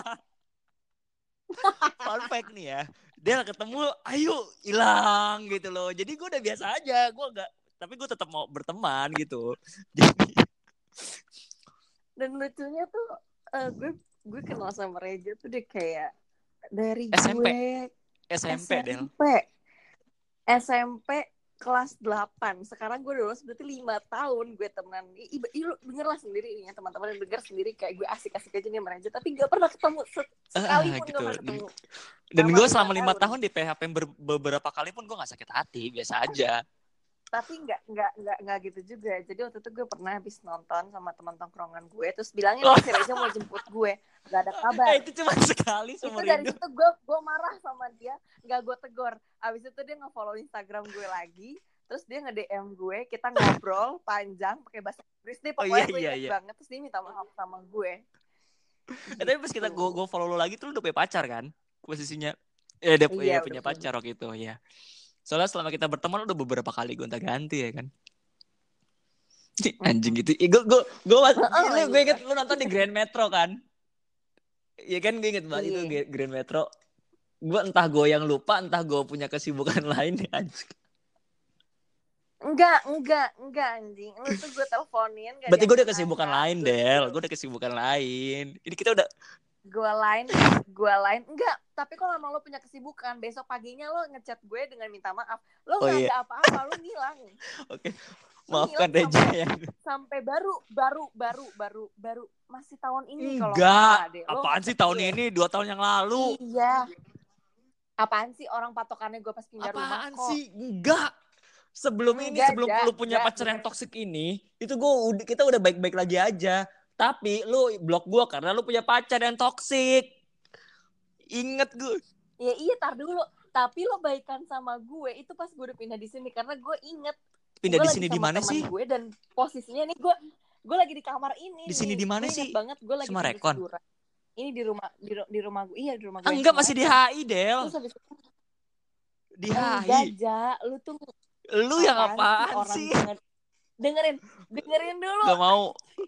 Fun fact nih ya, Del ketemu, ayo hilang gitu loh. Jadi gue udah biasa aja, gue enggak, tapi gue tetap mau berteman gitu. Jadi... Dan lucunya tuh uh, gue gue kenal sama Reja tuh dia kayak dari S M P. gue S M P, Del. S M P kelas delapan. Sekarang gue udah lulus berarti lima tahun gue temenan. I, i, lu denger lah sendiri ya teman-teman denger sendiri kayak gue asik-asik aja nih sama Reja tapi gak pernah ketemu sekali ah, pun gitu. gak pernah ketemu. Dan gue selama lima tahun di P H P ber- beberapa kali pun gue gak sakit hati, biasa aja. Tapi nggak nggak nggak nggak gitu juga. Jadi waktu itu gue pernah habis nonton sama teman tongkrongan gue, terus bilangnya oh. si Reza mau jemput gue, nggak ada kabar. Eh, itu cuma sekali seumur hidup. Itu dari situ gue gue marah sama dia, nggak gue tegur. Abis itu dia nge-follow Instagram gue lagi, terus dia nge-D M gue, kita ngobrol panjang pakai bahasa Inggris deh, pokoknya oh, iya, gue ingat iya. banget. Terus dia minta maaf sama gue. Eh, tapi pas kita gue gue follow lo lagi tuh lu udah punya pacar kan? Posisinya, eh udah iya, punya pacar waktu itu ya. Soalnya selama kita berteman udah beberapa kali gonta-ganti ya kan. Anjing gitu. Gue gue gue gue gue inget lu nonton di Grand Metro kan? Iya kan gue inget banget itu Grand Metro. Gue entah gue yang lupa, entah gue punya kesibukan lain ya anjing. Enggak, enggak, enggak anjing. Lu tuh gue teleponin gak Berarti gue udah diangkat kesibukan angkat. lain, Gue Del. tuh- Gue udah kesibukan lain. Ini kita udah gue lain, gue lain. Enggak, tapi kalau emang lo punya kesibukan, besok paginya lo ngechat gue dengan minta maaf. Lo Oh nggak iya. ada apa-apa, lo ngilang. Oke. Lo Maafkan ngilang Reja sampai ya. sampai baru, baru, baru, baru, baru masih tahun ini kalau nggak Enggak. salah deh. Lo Apaan sih ngechat tahun gue. ini? Dua tahun yang lalu. Iya. Apaan sih orang patokannya gue pas pindah rumah Apaan kok? sih? Enggak. Sebelum ini, Enggak, sebelum Ja, lu punya Ja, pacar yang bener. toksik ini, itu gue udah kita udah baik-baik lagi aja. Tapi lu blok gue karena lu punya pacar yang toksik. Ingat gue. Ya iya, tar dulu. Tapi lo baikan sama gue itu pas gue udah pindah di sini karena gue inget Pindah gue di lagi sini di sama mana teman sih? gue dan posisinya nih gue gue lagi di kamar ini Di sini nih. di mana Gue inget sih? banget gue lagi tidur Semarekon. tiduran. Ini di rumah di, ru- di rumah gue. Iya, di rumah gue. Ah, yang enggak, masih di Semarekon. H I, Del. Terus habis itu Di H enggak, I. Ja, lu tuh Lu yang apaan apaan orang sih? denger- dengerin dengerin dulu. Gak mau.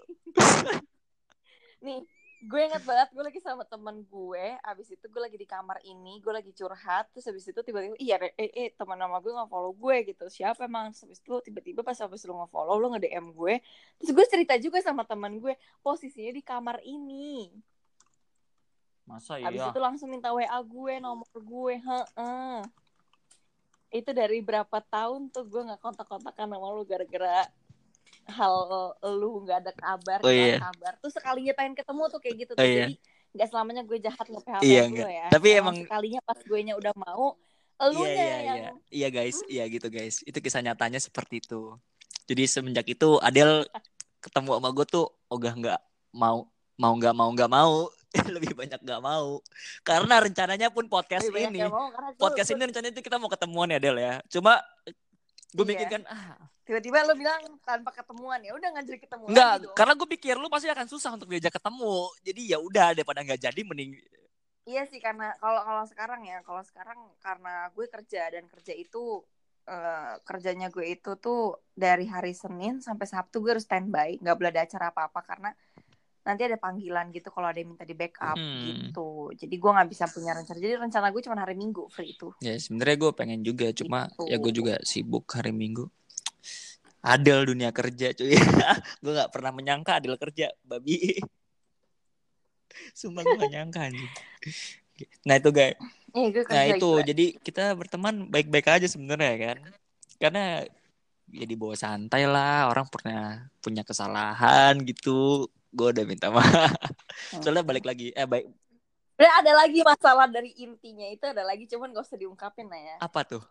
Nih, gue inget banget gue lagi sama temen gue. Abis itu gue lagi di kamar ini, gue lagi curhat. Terus abis itu tiba-tiba, iya eh, eh teman nama gue nge-follow gue gitu. Siapa emang? Terus abis itu tiba-tiba pas abis lu nge-follow, lu nge-D M gue. Terus gue cerita juga sama temen gue, posisinya di kamar ini. Masa Abis iya? itu langsung minta W A gue, nomor gue. Heeh. Itu dari berapa tahun tuh gue gak kontak-kontakan sama lu gara-gara hal lu nggak ada kabar, Oh hilang iya. kabar. Terus sekalinya pengen ketemu tuh kayak gitu Oh tuh. iya. Jadi nggak selamanya gue jahat nge-P H P Iya, lu enggak. ya. Tapi emang, emang sekalinya pas gue nya udah mau, iya elunya iya yang iya. Iya guys, iya gitu guys. Itu kisah nyatanya seperti itu. Jadi semenjak itu Adel ketemu sama gue tuh ogah nggak mau mau nggak mau nggak mau lebih banyak nggak mau karena rencananya pun podcast lebih banyak ini gak mau karena gue, podcast gue ini rencananya itu kita mau ketemuan ya Del ya. Cuma gue iya. mikir kan ah Tiba-tiba lu bilang tanpa ketemuan, ya udah nggak jadi ketemu enggak, lagi dong. karena gue pikir lu pasti akan susah untuk diajak ketemu. Jadi ya udah daripada nggak jadi mending. Iya sih, karena kalau kalau sekarang ya, kalau sekarang karena gue kerja dan kerja itu uh, kerjanya gue itu tuh dari hari Senin sampai Sabtu gue harus standby, nggak boleh ada acara apa-apa karena nanti ada panggilan gitu kalau ada yang minta di backup Hmm. gitu. Jadi gue nggak bisa punya rencana. Jadi rencana gue cuma hari Minggu free itu. Ya sebenarnya gue pengen juga, cuma Gitu. ya gue juga sibuk hari Minggu. Adel dunia kerja cuy. Gue nggak pernah menyangka Adel kerja, babi. Sumpah gue gak nyangka anjing. Nah itu guys. Eh, gue Nah kerja itu gila. jadi kita berteman baik-baik aja sebenarnya kan. Karena ya dibawa santai lah, orang pernah punya kesalahan gitu. Gue udah minta maaf. Soalnya balik lagi eh baik Sebenarnya ada lagi masalah dari intinya itu ada lagi, cuman gak usah diungkapin lah ya. apa tuh?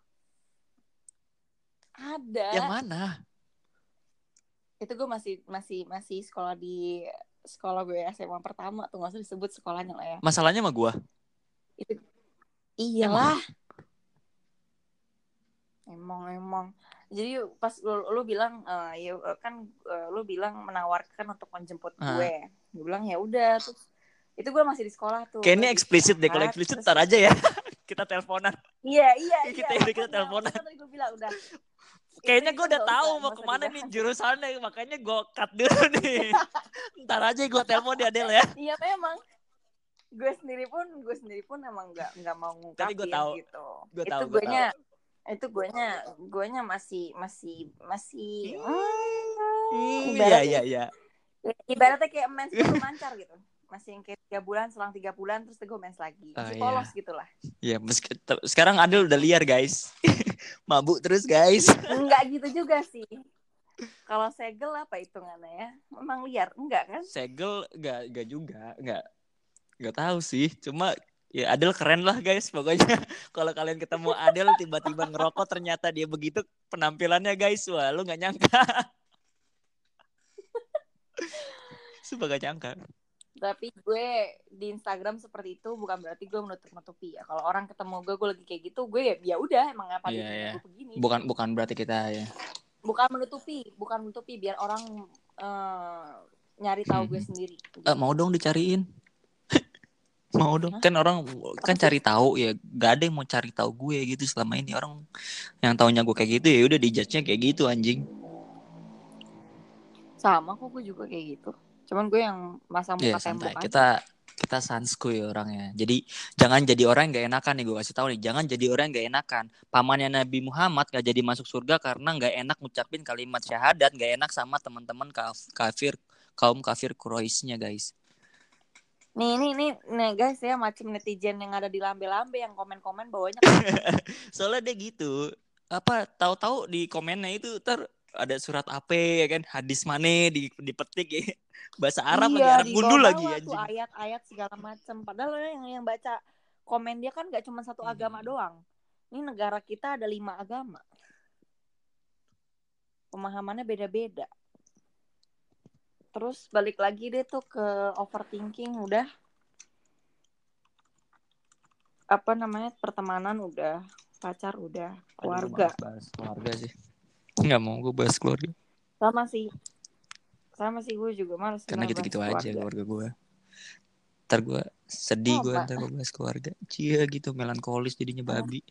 Ada. Yang mana? Itu gue masih masih masih sekolah di sekolah gue S M A pertama tuh, nggak usah disebut sekolahnya lah ya. Masalahnya sama gue? Itu iyalah. Emang emang. Jadi pas lu, lu bilang uh, ya kan uh, lu bilang menawarkan untuk menjemput Ah. gue. Gue bilang ya udah, terus itu gue masih di sekolah tuh. Kayaknya Gue eksplisit deh, kalau istirahat, eksplisit terus- ntar aja ya. Kita teleponan. Iya iya iya. Kita- kita makanya, teleponan. makanya tadi gue bilang udah. Kayaknya Itu gue kita udah nggak tahu usah- mau nggak usah kemana dibahas. nih jurusannya, makanya gue cut dulu nih. Ntar aja gue telepon di Adel ya. Iya memang. Gue sendiri pun gue sendiri pun emang nggak nggak mau ngungkapin Tapi gue tahu. gitu. Gue itu tahu, gue guenya itu guenya guenya masih masih masih Hmm, ibaratnya- iya iya iya. ibaratnya kayak mens baru mancar gitu, masih yang kayak tiga bulan, selang tiga bulan terus gue mens lagi, Oh, masih iya. polos gitulah. Ya meski, ter- sekarang Adel udah liar guys. Mabuk terus guys. Enggak gitu juga sih. Kalau segel apa hitungannya ya? Memang liar enggak kan? Segel gak, gak juga, gak, gak tahu sih. Cuma ya Adel keren lah guys pokoknya. Kalau kalian ketemu Adel tiba-tiba ngerokok ternyata dia begitu penampilannya guys, wah lu gak nyangka. Sumpah gak nyangka. Tapi gue di Instagram seperti itu bukan berarti gue menutup-nutupi ya. Kalau orang ketemu gue, gue lagi kayak gitu, gue ya, ya udah emang apa Iya, gitu iya. gue begini. Bukan bukan berarti kita ya. Bukan menutupi, bukan menutupi biar orang eh, nyari tahu gue Hmm. sendiri. Eh, mau dong dicariin. Mau dong. Hah? Kan orang kan Apa cari tahu ya. Gak ada yang mau cari tahu gue gitu selama ini. Orang yang taunya gue kayak gitu ya udah dijudge-nya kayak gitu anjing. Sama kok, gue juga kayak gitu. Cuman gue yang masang Ya muka santai. tembok aja. Kita kita sanskuy orangnya. Jadi jangan jadi orang yang gak enakan nih, gue kasih tahu nih. Jangan jadi orang yang gak enakan. Pamannya Nabi Muhammad gak jadi masuk surga karena gak enak ngucapin kalimat syahadat, gak enak sama teman-teman kaf- kafir kaum kafir Quraisynya guys. Nih, nih, nih, nih guys ya, macam netizen yang ada di lambe-lambe yang komen-komen bawahnya. Soalnya dia gitu. Apa tahu-tahu di komennya itu ter ada surat apa ya kan, hadis mana di dipetik ya. Bahasa Arab lagi, Iya, Arab di gundul lagi bawah-bawah tuh anjing. ayat-ayat segala macam. Padahal yang yang baca komen dia kan gak cuma satu Hmm. agama doang. Ini negara kita ada lima agama. Pemahamannya beda-beda. Terus balik lagi deh tuh ke overthinking udah. Apa namanya, pertemanan udah, pacar udah, keluarga. Bahas keluarga sih. Nggak mau gue bahas keluarga. Sama sih. Sama sih gue juga males. Karena bahas gitu-gitu aja keluarga. keluarga gue. Ntar gue sedih Oh, gue Mbak. ntar gue bahas keluarga. Cia gitu, melankolis jadinya babi.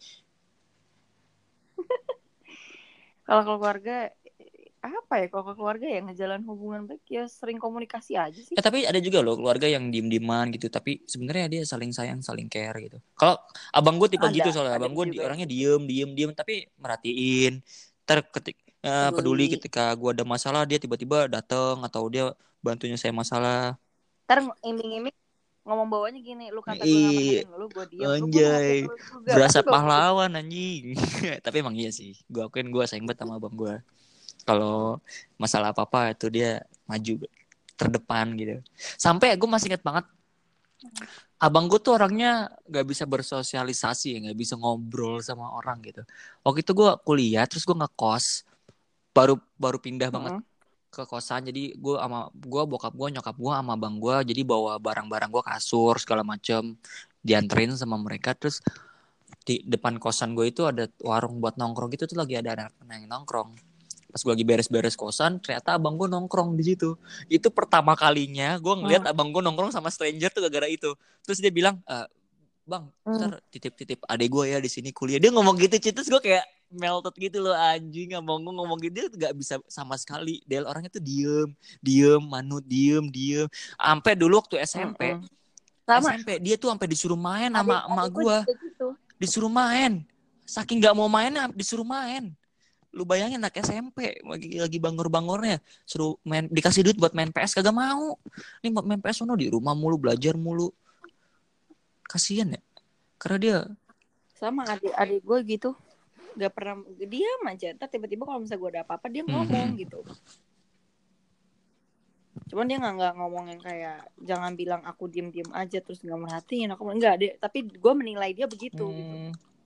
Kalau keluarga apa ya, kalau ke keluarga ya ngejalan hubungan baik ya sering komunikasi aja sih. Eh tapi ada juga loh keluarga yang diem-dieman gitu, tapi sebenarnya dia saling sayang, saling care gitu. Kalau abang gue tipe Ada, gitu soalnya, ada abang gue juga orangnya yang diem, diem, diem, tapi merhatiin. Ntar ketik eh, peduli peduli. ketika gue ada masalah dia tiba-tiba dateng atau dia bantunya saya masalah. Ntar iming-iming ngomong bawahnya gini, lu kata gue gak Ih, merhatiin lu, gue diem. Lu gue anjay, merhatiin lu juga. berasa Masa gue begitu? pahlawan anjing. Tapi emang iya sih, gue akuin gue sayang banget sama abang gue. Kalau masalah apa-apa itu dia maju terdepan gitu. Sampai gue masih ingat banget, abang gue tuh orangnya gak bisa bersosialisasi ya, gak bisa ngobrol sama orang gitu. Waktu itu gue kuliah, terus gue ngekos, baru baru pindah banget Mm-mm. ke kosan. Jadi gue sama gue bokap gue nyokap gue sama abang gue, jadi bawa barang-barang gue, kasur segala macem, dianterin sama mereka. Terus di depan kosan gue itu ada warung buat nongkrong gitu, tuh lagi ada anak yang nongkrong. Pas gue lagi beres-beres kosan, ternyata abang gue nongkrong di situ. Itu pertama kalinya gue ngeliat Hmm. abang gue nongkrong sama stranger tuh gara-gara itu. Terus dia bilang, e, bang, ntar titip-titip adek gue ya di sini kuliah. Dia ngomong gitu, terus gue kayak melted gitu loh anjing. Abang gue ngomong gitu, dia gak bisa sama sekali. Del orangnya tuh diem, diem, manut, diem, diem. Sampai dulu waktu S M P, Mm-mm. Sama. S M P dia tuh sampai disuruh main Adik, sama emak adikku gue. juga gitu. Disuruh main. Saking gak mau mainnya, disuruh main. Lu bayangin anak S M P lagi lagi bangor-bangornya, suruh main, dikasih duit buat main P S kagak mau. Nih buat main P S sono di rumah mulu, belajar mulu. Kasian ya. Karena dia Sama adik-adik gue gitu. Gak pernah diam aja. Ntar tiba-tiba kalau misalnya gue ada apa-apa dia ngomong mm-hmm. gitu. Cuman dia nggak nggak ngomong yang kayak jangan bilang aku diem-diem aja terus nggak merhatiin aku, enggak deh. Tapi gue menilai dia begitu hmm. gitu.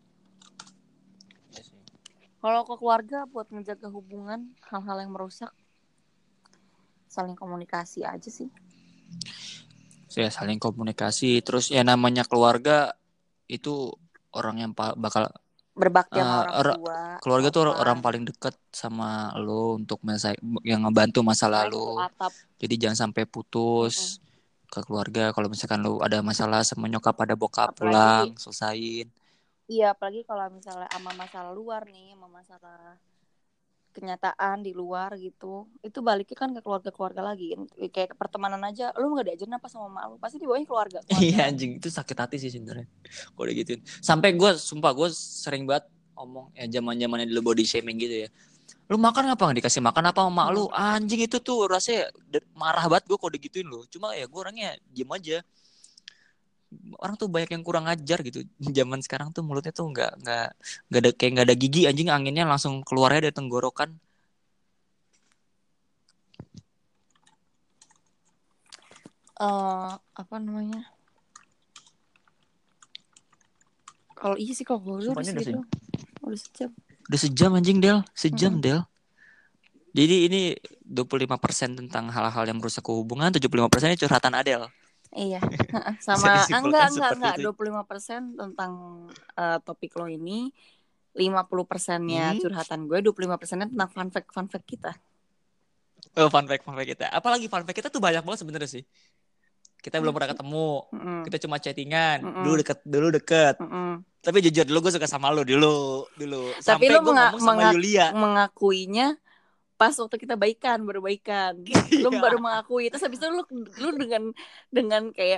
Kalau ke keluarga buat ngejaga hubungan, hal-hal yang merusak, saling komunikasi aja sih. Ya saling komunikasi. Terus ya namanya keluarga itu orang yang pa- bakal berbakti sama uh, orang or- tua. keluarga tuh sopan. orang paling dekat sama lo untuk masa- yang ngebantu masa lalu. Jadi jangan sampai putus mm-hmm. ke keluarga. Kalau misalkan lo ada masalah sama nyokap ada bokap, apalagi, pulang selesain. Iya, apalagi kalau misalnya sama masalah luar nih, sama masalah kenyataan di luar gitu, itu baliknya kan ke keluarga-keluarga lagi. Kayak pertemanan aja, lu nggak diajarin apa sama mak lu, pasti dibawanya keluarga. Iya anjing, itu sakit hati sih sebenarnya. Kalau gituin. Sampai gue, sumpah gue sering banget ngomong ya zaman-zamannya dulu body shaming gitu ya. Lu makan apa nggak dikasih makan apa sama mak hmm. lu? Anjing itu tuh rasanya marah banget gue kalau digituin lu. Cuma ya gue orangnya diem aja. Orang tuh banyak yang kurang ajar gitu. Zaman sekarang tuh mulutnya tuh nggak nggak nggak ada kayak nggak ada gigi anjing, anginnya langsung keluarnya dari tenggorokan. Uh, apa namanya? Kalau iya sih kalau gue udah sejam. Udah sejam. Udah sejam anjing Del, sejam mm-hmm. Del. Jadi ini dua puluh lima persen tentang hal-hal yang merusak hubungan, tujuh puluh lima persen curhatan Adel. Iya, sama enggak enggak enggak dua puluh lima persen tentang uh, topik lo ini, lima puluh persennya hmm? curhatan gue, dua puluh lima persennya tentang fun fact fun fact kita. Oh, fun fact fun fact kita. Apalagi fun fact kita tuh banyak banget sebenarnya sih. Kita belum pernah ketemu, mm-mm. kita cuma chattingan, mm-mm. dulu deket dulu deket. Mm-mm. Tapi jujur dulu gue suka sama lo dulu dulu. Tapi sampai lo gue menga- ngomong sama mengak- Yulia. Mengakuinya pas waktu kita baikan, baru baikan. Lu baru mengakui. Terus habis itu lu lu dengan dengan kayak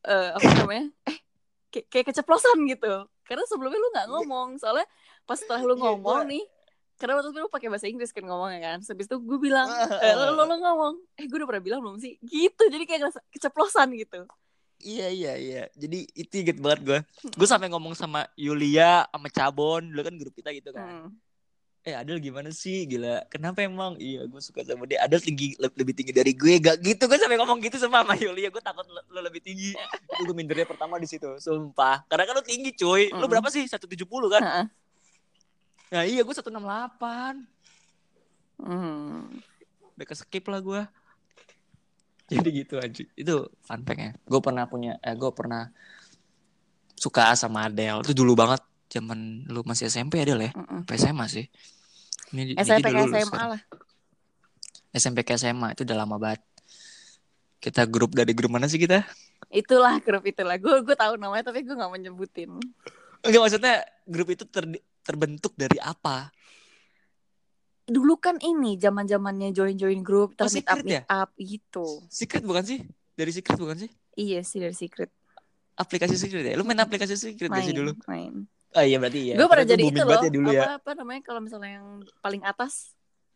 uh, apa namanya? Eh kayak, kayak keceplosan gitu. Karena sebelumnya lu nggak ngomong. Soalnya pas setelah lu ngomong nih, karena waktu itu lu pakai bahasa Inggris kan ngomongnya kan. Habis itu gue bilang, eh, lo, lo, lo ngomong, eh gue udah pernah bilang belum sih? Gitu. Jadi kayak ngerasa keceplosan gitu. Iya iya iya. Jadi itu inget banget gue. Gue sampai ngomong sama Yulia, sama Cabon, dulu kan grup kita gitu kan. Hmm. Eh Adel gimana sih, gila? Kenapa emang? Iya gue suka sama dia. Adel tinggi lebih tinggi dari gue, gak gitu. Gue sampai ngomong gitu sama Yulia. Gue takut lo, lo lebih tinggi. Itu gue mindernya pertama di situ, sumpah. Karena kan lo tinggi cuy. Lo berapa sih? seratus tujuh puluh kan? Uh-uh. Nah iya gue seratus enam puluh delapan. Hmm. Udah ke-skip lah gue. Jadi gitu aja. Itu fun fact-nya. Gue pernah punya, eh gue pernah suka sama Adele. Itu dulu banget. Zaman lu masih S M P Adele ya? Uh-uh. Sampai S M A sih. Ini, S M P ini ke S M A lah. S M P ke S M A itu udah lama banget. Kita grup dari grup mana sih kita? Itulah grup itulah. Gue gue tahu namanya tapi gue nggak mau nyebutin. Enggak, maksudnya grup itu ter, terbentuk dari apa? Dulu kan ini zaman-zamannya join-join grup, Oh, terus meet up Secret meet ya? up gitu. Secret bukan sih? Dari Secret bukan sih? Iya sih dari Secret. Aplikasi Secret ya? Lu main aplikasi Secret gak sih Main, dulu? main. Oh iya berarti iya. Gue pernah Karena jadi itu booming loh. banget ya dulu apa ya. apa namanya kalau misalnya yang paling atas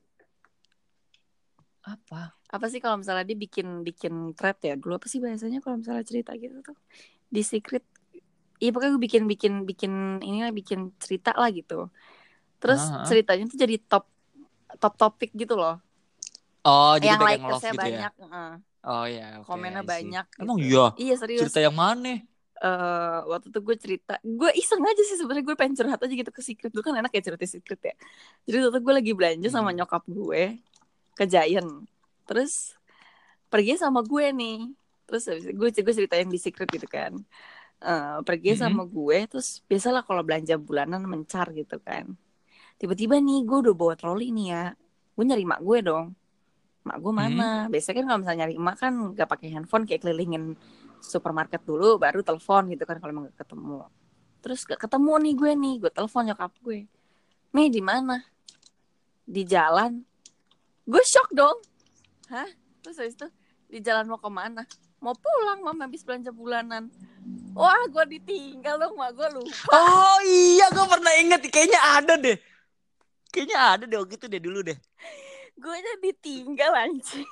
Apa? apa sih kalau misalnya dia bikin bikin thread ya dulu apa sih bahasanya kalau misalnya cerita gitu tuh di Secret. Iya pokoknya gue bikin bikin bikin ini lah bikin cerita lah gitu. Terus Ah, ah. ceritanya tuh jadi top top topik gitu loh. Oh, jadi Yang pegang love like-nya gitu banyak, ya? uh, Oh iya, oke. komennya I see. banyak. Emang gitu. iya? Iya serius. Cerita yang mana? Uh, waktu itu gue cerita, gue iseng aja sih sebenarnya gue pengen curhat aja gitu ke Secret. Dulu kan enak ya cerita Secret ya. Jadi waktu itu gue lagi belanja sama Hmm. nyokap gue ke Giant. Terus pergi sama gue nih. Terus habis itu gue gue ceritain di Secret gitu kan. Uh, pergi Mm-mm. sama gue terus biasalah kalau belanja bulanan mencar gitu kan. Tiba-tiba nih gue udah bawa troli nih ya. Gue nyari mak gue dong. Mak gue mana? Hmm. Biasanya kan kalau misalnya nyari mak kan gak pakai handphone kayak kelilingin supermarket dulu baru telepon gitu kan kalau emang gak ketemu. Terus gak ketemu nih gue nih, gue telepon nyokap gue. Mei di mana? Di jalan. Gue shock dong. Hah? Terus habis itu di jalan mau kemana? Mau pulang, mama habis belanja bulanan. Wah, gue ditinggal dong, mak gue lupa. Oh iya, gue pernah inget. Kayaknya ada deh. Kayaknya ada deh gitu deh dulu deh. Gue aja ditinggal anjing.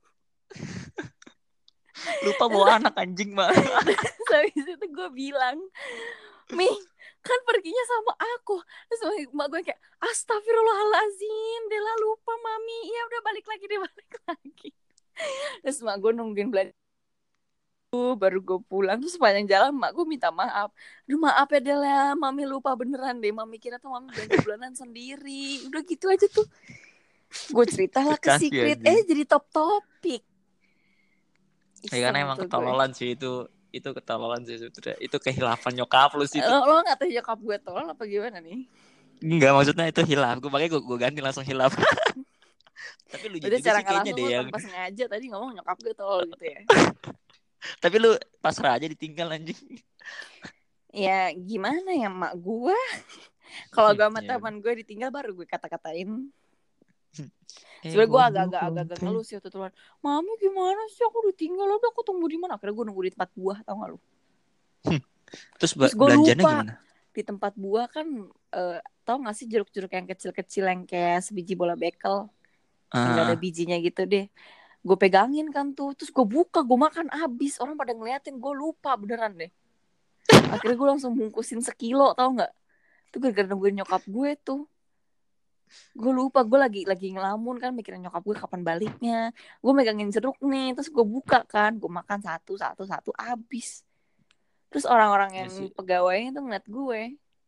Lupa bawa anak anjing mah. Habis itu gue bilang, Mi, kan perginya sama aku. Terus mak gue kayak, astagfirullahaladzim, Dela lupa mami. Ya udah balik lagi deh, balik lagi. Terus mak gue nungguin belanja. Baru gue pulang. Terus sepanjang jalan mak gue minta maaf. Aduh maaf ya Dela, mami lupa beneran deh. Mami kira tuh mami belanja bulanan sendiri. Udah gitu aja tuh. Gue ceritalah ke Kasih Secret. anjing. Eh jadi top topik. Ya karena emang ketololan sih itu. Itu ketololan sih sebetulnya. Itu kehilafan nyokap lu sih itu. Lo, lo gak tahu nyokap gue tolol apa gimana nih? Enggak, maksudnya itu hilaf. Gue makanya gue, gue ganti langsung hilaf. Tapi lu juga secara sih kayaknya deh yang. tanpa sengaja tadi ngomong nyokap gue tolol gitu ya. Tapi lu pasrah aja ditinggal anjing. Ya gimana ya mak gue. Kalau gue sama Iya. teman gue ditinggal baru gue kata-katain. Eh, Sebenernya gue goblok, agak-agak agak lonteng. ngeluh sih waktu tuan. Mami gimana sih aku ditinggal udah aku tunggu di mana? Akhirnya gue nunggu di tempat buah tau gak lu? Terus, ba- Terus gue belanjanya lupa. gimana? Di tempat buah kan uh, tau gak sih jeruk-jeruk yang kecil-kecil yang kayak sebiji bola bekel yang gak ada Ah, bijinya gitu deh. Gue pegangin kan tuh. Terus gue buka, gue makan abis. Orang pada ngeliatin, gue lupa beneran deh. Akhirnya gue langsung bungkusin sekilo tau gak? Itu gara-gara nungguin nyokap gue tuh. Gue lupa, gue lagi lagi ngelamun kan mikirin nyokap gue kapan baliknya. Gue megangin jeruk nih, terus gue buka kan, gue makan satu satu satu abis. Terus orang-orang yang ya sih. pegawainya tuh ngeliat gue.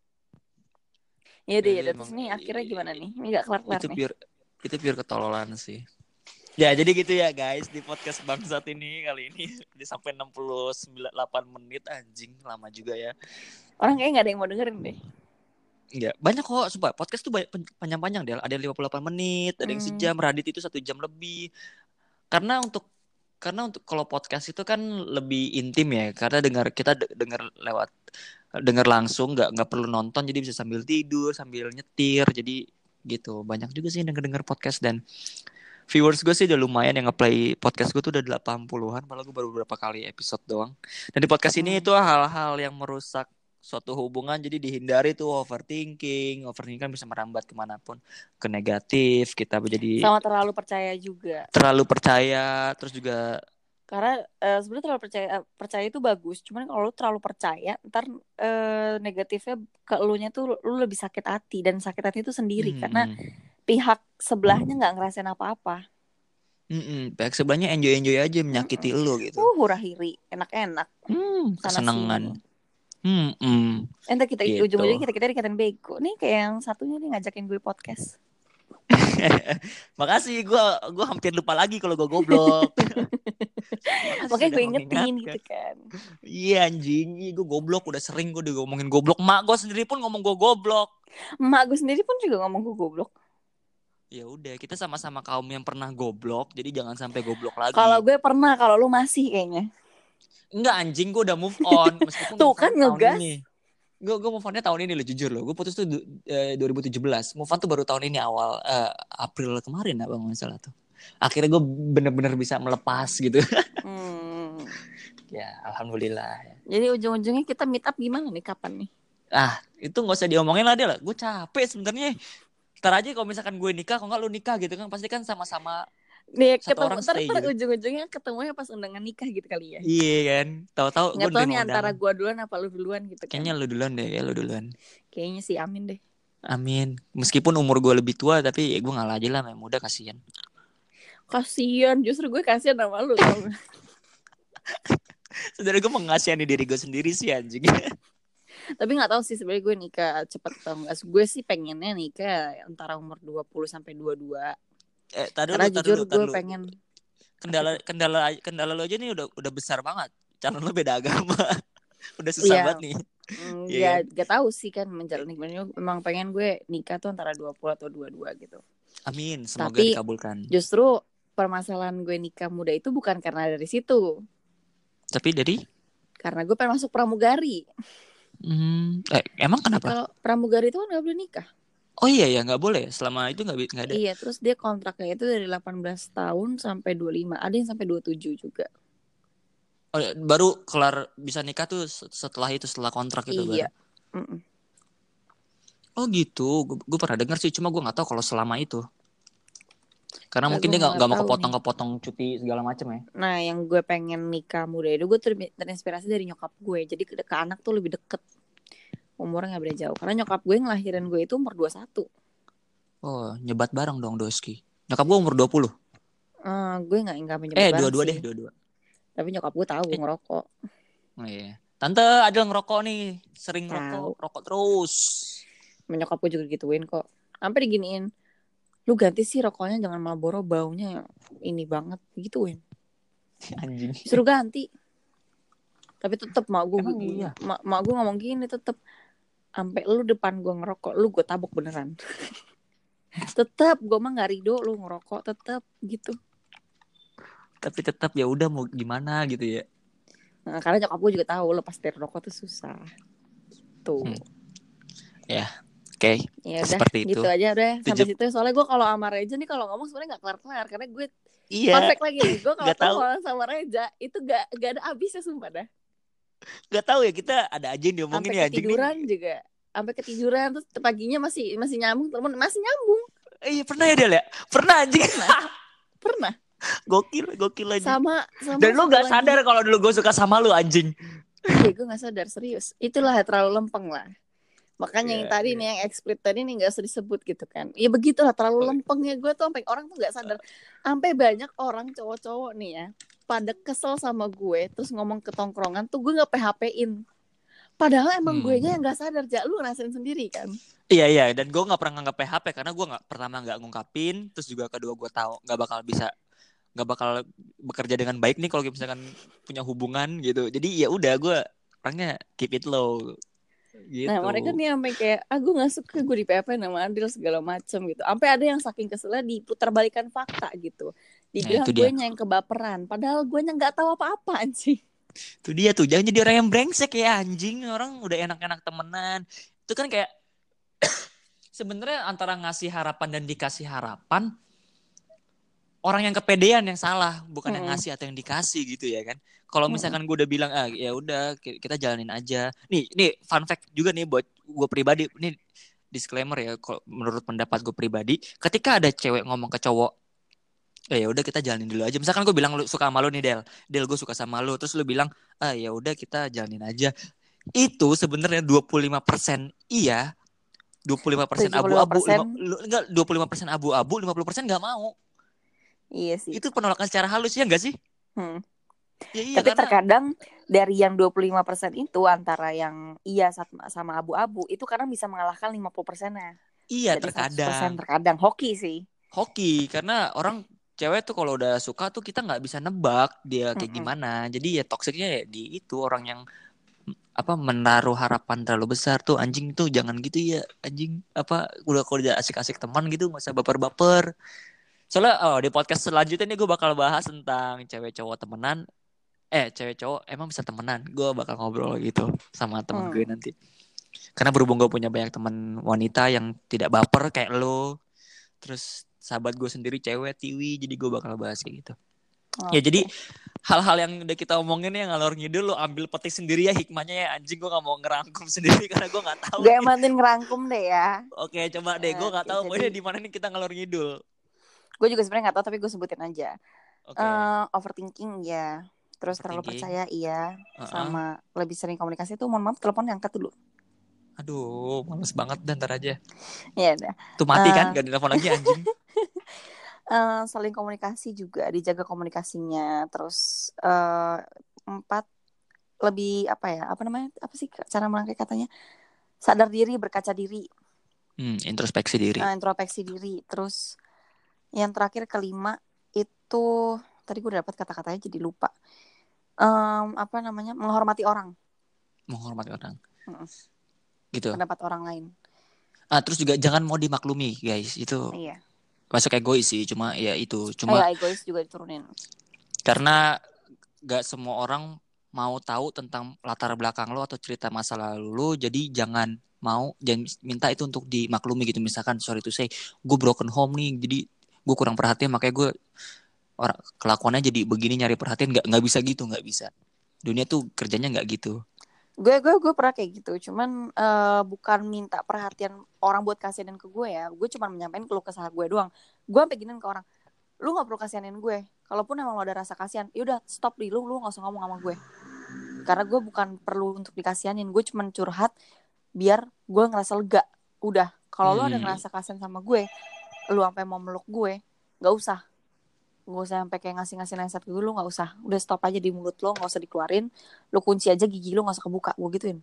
Ya deh, ya Itu deh. Terus emang- nih akhirnya gimana nih? Ini gak kelar-kelar itu nih. pure itu pure ketololan sih. Ya jadi gitu ya guys di podcast bangsat ini kali ini udah sampai enam puluh sembilan delapan menit anjing lama juga ya. Orang kayaknya gak ada yang mau dengerin deh. Enggak, banyak kok sumpah podcast tuh banyak, panjang-panjang deh. Ada yang lima puluh delapan menit, ada yang Hmm. sejam, Radit itu satu jam lebih. Karena untuk karena untuk kalau podcast itu kan lebih intim ya, karena dengar kita de- dengar lewat dengar langsung, nggak nggak perlu nonton, jadi bisa sambil tidur, sambil nyetir, jadi gitu. Banyak juga sih yang denger-denger podcast dan viewers gue sih udah lumayan yang nge-play podcast gue tuh udah delapan puluhan, malah gue baru beberapa kali episode doang. Dan di podcast ini Hmm. itu hal-hal yang merusak suatu hubungan, jadi dihindari tuh overthinking. Overthinking kan bisa merambat kemanapun, ke negatif, kita menjadi Sama terlalu percaya juga. terlalu percaya, terus juga Karena eh, sebenarnya terlalu percaya percaya itu bagus, cuman kalau lu terlalu percaya, ntar eh, negatifnya ke elunya tuh lu lebih sakit hati, dan sakit hati itu sendiri hmm, karena pihak sebelahnya nggak ngerasain apa-apa. hmm, pihak sebelahnya enjoy-enjoy aja menyakiti Mm-mm. lu gitu. Uh, hura-hiri, enak-enak. Hmm, Sana kesenangan. sini. Hmm, hmm. Entar kita Gitu. ujung-ujungnya kita kita dikatain bego. Nih kayak yang satunya nih ngajakin gue podcast. Makasih, gue gue hampir lupa lagi kalau gue goblok. Makanya gue ingetin gitu kan. Iya anjing, gue goblok udah sering gue ngomongin goblok. Mak gue sendiri pun ngomong gue goblok. Emak gue sendiri pun juga ngomong gue goblok. Ya udah, kita sama-sama kaum yang pernah goblok, jadi jangan sampai goblok lagi. Kalau gue pernah, kalau lu masih kayaknya. Enggak anjing, gue udah move on meskipun Tuh kan ngegas. ini. Gue gue move onnya tahun ini lo, jujur lo. Gue putus tuh eh, dua ribu tujuh belas. Move on tuh baru tahun ini awal eh, April kemarin apa nggak salah tuh. Akhirnya gue bener-bener bisa melepas gitu. Hmm. Ya alhamdulillah. Jadi ujung-ujungnya kita meet up gimana nih, kapan nih? Ah itu nggak usah diomongin lah dia lah. Gue capek sebenarnya. Ntar aja kalau misalkan gue nikah, kalau nggak lu nikah gitu kan, pasti kan sama-sama Nih satu ketemu, orang ntar, stay ntar gitu. ujung-ujungnya ketemunya pas undangan nikah gitu kali ya. Iya kan, tahu-tahu gue Nggak tahu nih nerima antara undangan. gue duluan apa lu duluan gitu kan. Kayaknya lu duluan deh, ya lu duluan. Kayaknya sih, amin deh. Amin. Meskipun umur gue lebih tua, tapi ya gue ngalah aja lah, muda kasihan. Kasian, justru gue kasian sama lu tau gak? Sebenarnya gue mengasihani diri gue sendiri sih anjing. Tapi nggak tahu sih sebenarnya gue nikah cepet atau enggak. Gue sih pengennya nikah antara umur dua puluh sampai dua puluh dua. Eh, tar Karena dulu, tar jujur dulu, tar gue dulu. pengen. Kendala kendala kendala lo aja nih udah udah besar banget. Calon lo beda agama. Udah susah Iya. banget nih. Mm, Iya ya kan? gak tahu sih kan menjalani gimana. Emang pengen gue nikah tuh antara dua puluh atau dua puluh dua gitu. Amin, semoga Tapi dikabulkan. justru permasalahan gue nikah muda itu bukan karena dari situ. Tapi dari Karena gue pengen masuk pramugari. hmm, eh, emang kenapa? Kalau pramugari itu kan gak boleh nikah. Oh iya ya, nggak boleh. Selama itu nggak nggak ada. Iya, terus dia kontraknya itu dari delapan belas tahun sampai dua puluh lima. Ada yang sampai dua puluh tujuh juga. Oh, baru kelar bisa nikah tuh setelah itu, setelah kontrak itu Iya. baru. Mm-mm. Oh gitu, gue pernah dengar sih, cuma gue nggak tahu kalau selama itu. Karena Nah, mungkin gue dia nggak nggak nggak mau tahu kepotong-kepotong cuti segala macam ya. Nah, yang gue pengen nikah muda itu gue ter- terinspirasi dari nyokap gue. Jadi ke, ke anak tuh lebih deket. Umurnya gak beda jauh. Karena nyokap gue ngelahirin gue itu umur dua puluh satu. Oh, nyebat bareng dong Doski. Nyokap gue umur dua puluh. Uh, gue gak, gak menyebut Eh, bareng dua-dua sih. deh, dua-dua. Tapi nyokap gue tahu gue Eh. ngerokok. Oh iya. Tante Adel ngerokok nih, sering Tahu. ngerokok, rokok terus. Nyokap gue juga gituin kok. Sampai diginiin, lu ganti sih rokoknya, jangan Marlboro, baunya ini banget, gituin. Anjing. Suruh ganti. Tapi tetep mak gue, Emang iya? mak, mak gue ngomong gini tetep, sampai lu depan gue ngerokok, lu gue tabok beneran. Tetep gue mah nggak rido lu ngerokok, tetep gitu. Tapi tetap ya udah mau gimana gitu ya. Nah, karena nyokap gue juga tahu lepas dari rokok tuh susah. Tuh. Hmm. Ya, oke. Okay. Ya udah, Seperti itu. gitu aja udah sampai Tujuh... situ. Soalnya gue kalau sama Reja nih kalau ngomong sebenarnya nggak kelar-kelar karena gue iya. perfect lagi nih. Gue kalau Gak tahu sama Reja itu gak, gak ada habisnya sumpah dah. Gak tahu ya, kita ada aja yang diomongin ya anjing nih. Ketiduran juga. Sampai ketiduran terus paginya masih masih nyambung, temen masih nyambung. Iya pernah ya Del ya? Pernah anjing. Pernah. Pernah. Gokil, gokil aja. Sama, sama. Dan lu gak sadar kalau dulu gue suka sama lu anjing. Iya, gue gak sadar, serius. Itulah terlalu lempeng lah. Makanya yeah, yang tadi yeah. nih, yang explicit tadi nih gak usah disebut gitu kan. Ya begitulah, terlalu lempengnya gue tuh sampai orang tuh gak sadar. Sampai banyak orang cowok-cowok nih ya, pada kesel sama gue, terus ngomong ke tongkrongan tuh gue gak P H P-in. Padahal emang hmm. gue nya yang gak sadar, ja, lu ngerasain sendiri kan. Iya, iya, dan gue gak pernah nganggap P H P karena gue gak, pertama gak ngungkapin, terus juga kedua gue tahu gak bakal bisa, gak bakal bekerja dengan baik nih kalau misalkan punya hubungan gitu. Jadi ya udah gue orangnya keep it low gitu. Nah mereka nih sampai kayak ah gue nggak suka gue di P H P nama Adil segala macem gitu. Sampai ada yang saking keselnya diputar-balikan fakta gitu. Dibilang nah, gue nya yang kebaperan. Padahal gue nya nggak tahu apa-apa anjing. Itu dia tuh, jangan jadi orang yang brengsek ya anjing. Orang udah enak-enak temenan. Itu kan kayak sebenarnya antara ngasih harapan dan dikasih harapan orang yang kepedean yang salah, bukan yang Mm-mm. ngasih atau yang dikasih gitu ya kan. Kalau misalkan gue udah bilang ah ya udah kita jalanin aja. Nih, nih fun fact juga nih buat gue pribadi. Nih disclaimer ya, kalau menurut pendapat gue pribadi, ketika ada cewek ngomong ke cowok, eh, ya udah kita jalanin dulu aja. Misalkan gue bilang lu suka sama lu nih Del, Del gue suka sama lu, terus lu bilang ah ya udah kita jalanin aja. Itu sebenarnya dua puluh lima persen iya, dua puluh lima persen abu-abu, tujuh puluh lima persen lima, lu, enggak dua puluh lima persen abu-abu, lima puluh persen enggak mau. iya sih. Itu penolakan secara halus ya enggak sih? Hmm. Ya iya, Tapi karena terkadang dari yang dua puluh lima persen itu antara yang iya sama abu-abu itu kadang bisa mengalahkan lima puluh persennya. iya Jadi seratus persen terkadang terkadang hoki sih. hoki, karena orang cewek tuh kalau udah suka tuh kita nggak bisa nebak dia kayak Mm-mm. gimana. Jadi ya toksiknya ya di itu orang yang apa menaruh harapan terlalu besar tuh anjing tuh jangan gitu ya anjing apa udah kalau udah asik-asik teman gitu nggak usah baper-baper. Soalnya oh, di podcast selanjutnya nih gue bakal bahas tentang cewek cowok temenan. Eh cewek cowok emang bisa temenan. Gue bakal ngobrol gitu sama temen Hmm. gue nanti. Karena berhubung gue punya banyak teman wanita yang tidak baper kayak lo. Terus sahabat gue sendiri cewek Tiwi. Jadi gue bakal bahas kayak gitu. Okay. Ya jadi hal-hal yang udah kita omongin ya ngalor ngidul lo ambil petik sendiri ya hikmahnya ya anjing. Gue gak mau ngerangkum sendiri karena gue gak tahu. Gue bantuin ngerangkum deh ya. Oke coba deh. Gue gak Oke, tahu jadi- pokoknya di mana nih kita ngalor ngidul. Gue juga sebenarnya nggak tahu tapi gue sebutin aja. Oke. Eh, overthinking ya. Terus terlalu Overthinking. percaya iya. Uh-uh. Sama lebih sering komunikasi tuh mohon maaf telepon angkat dulu. Aduh males banget dan ntar aja. Ya udah. Tuh mati Uh. kan gak ditelepon lagi anjing. Uh, saling komunikasi juga dijaga komunikasinya. Terus uh, empat lebih apa ya? Apa namanya? Apa sih cara merangkai katanya? Sadar diri, berkaca diri. Hmm, introspeksi diri. Uh, introspeksi diri. Terus yang terakhir kelima itu tadi gue udah dapat kata-katanya jadi lupa. Um, apa namanya? Menghormati orang. Menghormati orang. Mm-mm. Gitu. Pendapat orang lain. Ah terus juga jangan mau dimaklumi guys. Itu Iya. masuk egois sih. Cuma ya itu. Cuma Kayak egois juga diturunin. karena gak semua orang mau tahu tentang latar belakang lo atau cerita masa lalu lo. Jadi jangan mau jangan minta itu untuk dimaklumi gitu. Misalkan sorry to say gue broken home nih. Jadi gue kurang perhatian makanya gue orang kelakuannya jadi begini nyari perhatian. Gak, gak bisa gitu. Gak bisa. Dunia tuh kerjanya gak gitu. Gue gue gue pernah kayak gitu, cuman uh, bukan minta perhatian orang buat kasihanin ke gue ya. Gue cuma menyampaikan keluh kesah gue doang. Gue sampai giniin ke orang, lu nggak perlu kasihanin gue. Kalaupun emang lo ada rasa kasihan, yaudah stop dulu, lu nggak usah ngomong sama gue. Karena gue bukan perlu untuk dikasihanin, gue cuma curhat biar gue ngerasa lega. Udah, kalau Hmm. lo ada ngerasa kasihan sama gue, lu sampai mau meluk gue, nggak usah. Gak usah sampai kayak ngasih-ngasih nasihat ke gue, lu gak usah. Udah stop aja di mulut lo, gak usah dikeluarin. Lu kunci aja gigi lu, gak usah kebuka. Gue gituin.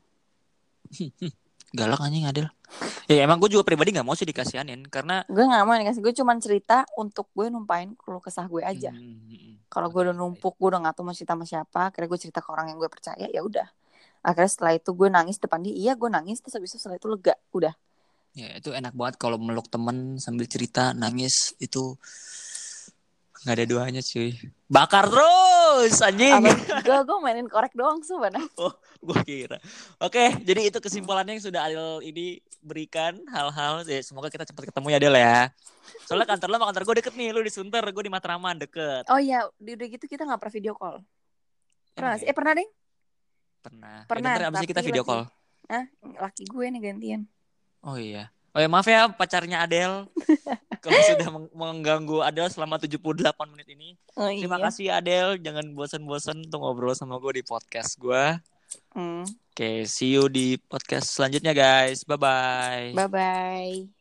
Galak anjing Adel. Ya emang gue juga pribadi gak mau sih dikasihanin. Karena Gue gak mau dikasih. Gue cuma cerita untuk gue numpain keluh kesah gue aja. Hmm, hmm, hmm. Kalau gue udah numpuk, gue udah gak tahu mau cerita sama siapa. Akhirnya gue cerita ke orang yang gue percaya, ya udah. Akhirnya setelah itu gue nangis depan dia. Iya gue nangis, terus habis itu setelah itu lega. Udah. Ya itu enak banget kalau meluk temen sambil cerita nangis itu nggak ada duanya cuy. Bakar terus anjing. Gue gue mainin korek doang sebenarnya. Oh, gue kira. Oke, jadi itu kesimpulannya yang sudah Adel ini berikan hal-hal. Ya, semoga kita cepat ketemu ya Adel ya. Soalnya kantor lo sama kantor gue deket nih. Lu di Sunter, gue di Matraman deket. Oh iya, udah gitu kita nggak pernah video call. Pernah nggak sih? ya? Eh pernah deh. Pernah. Pernah, Ya, ntar abis ini kita tapi video lagi- call. Ah, laki gue nih gantian. Oh iya. Oh ya maaf ya pacarnya Adel. Kalau sudah meng- mengganggu Adel selama tujuh puluh delapan menit ini. Oh, Terima iya. kasih Adel. Jangan bosan-bosan untuk ngobrol sama gue di podcast gue. Hmm. Oke, see you di podcast selanjutnya guys. Bye-bye. Bye bye.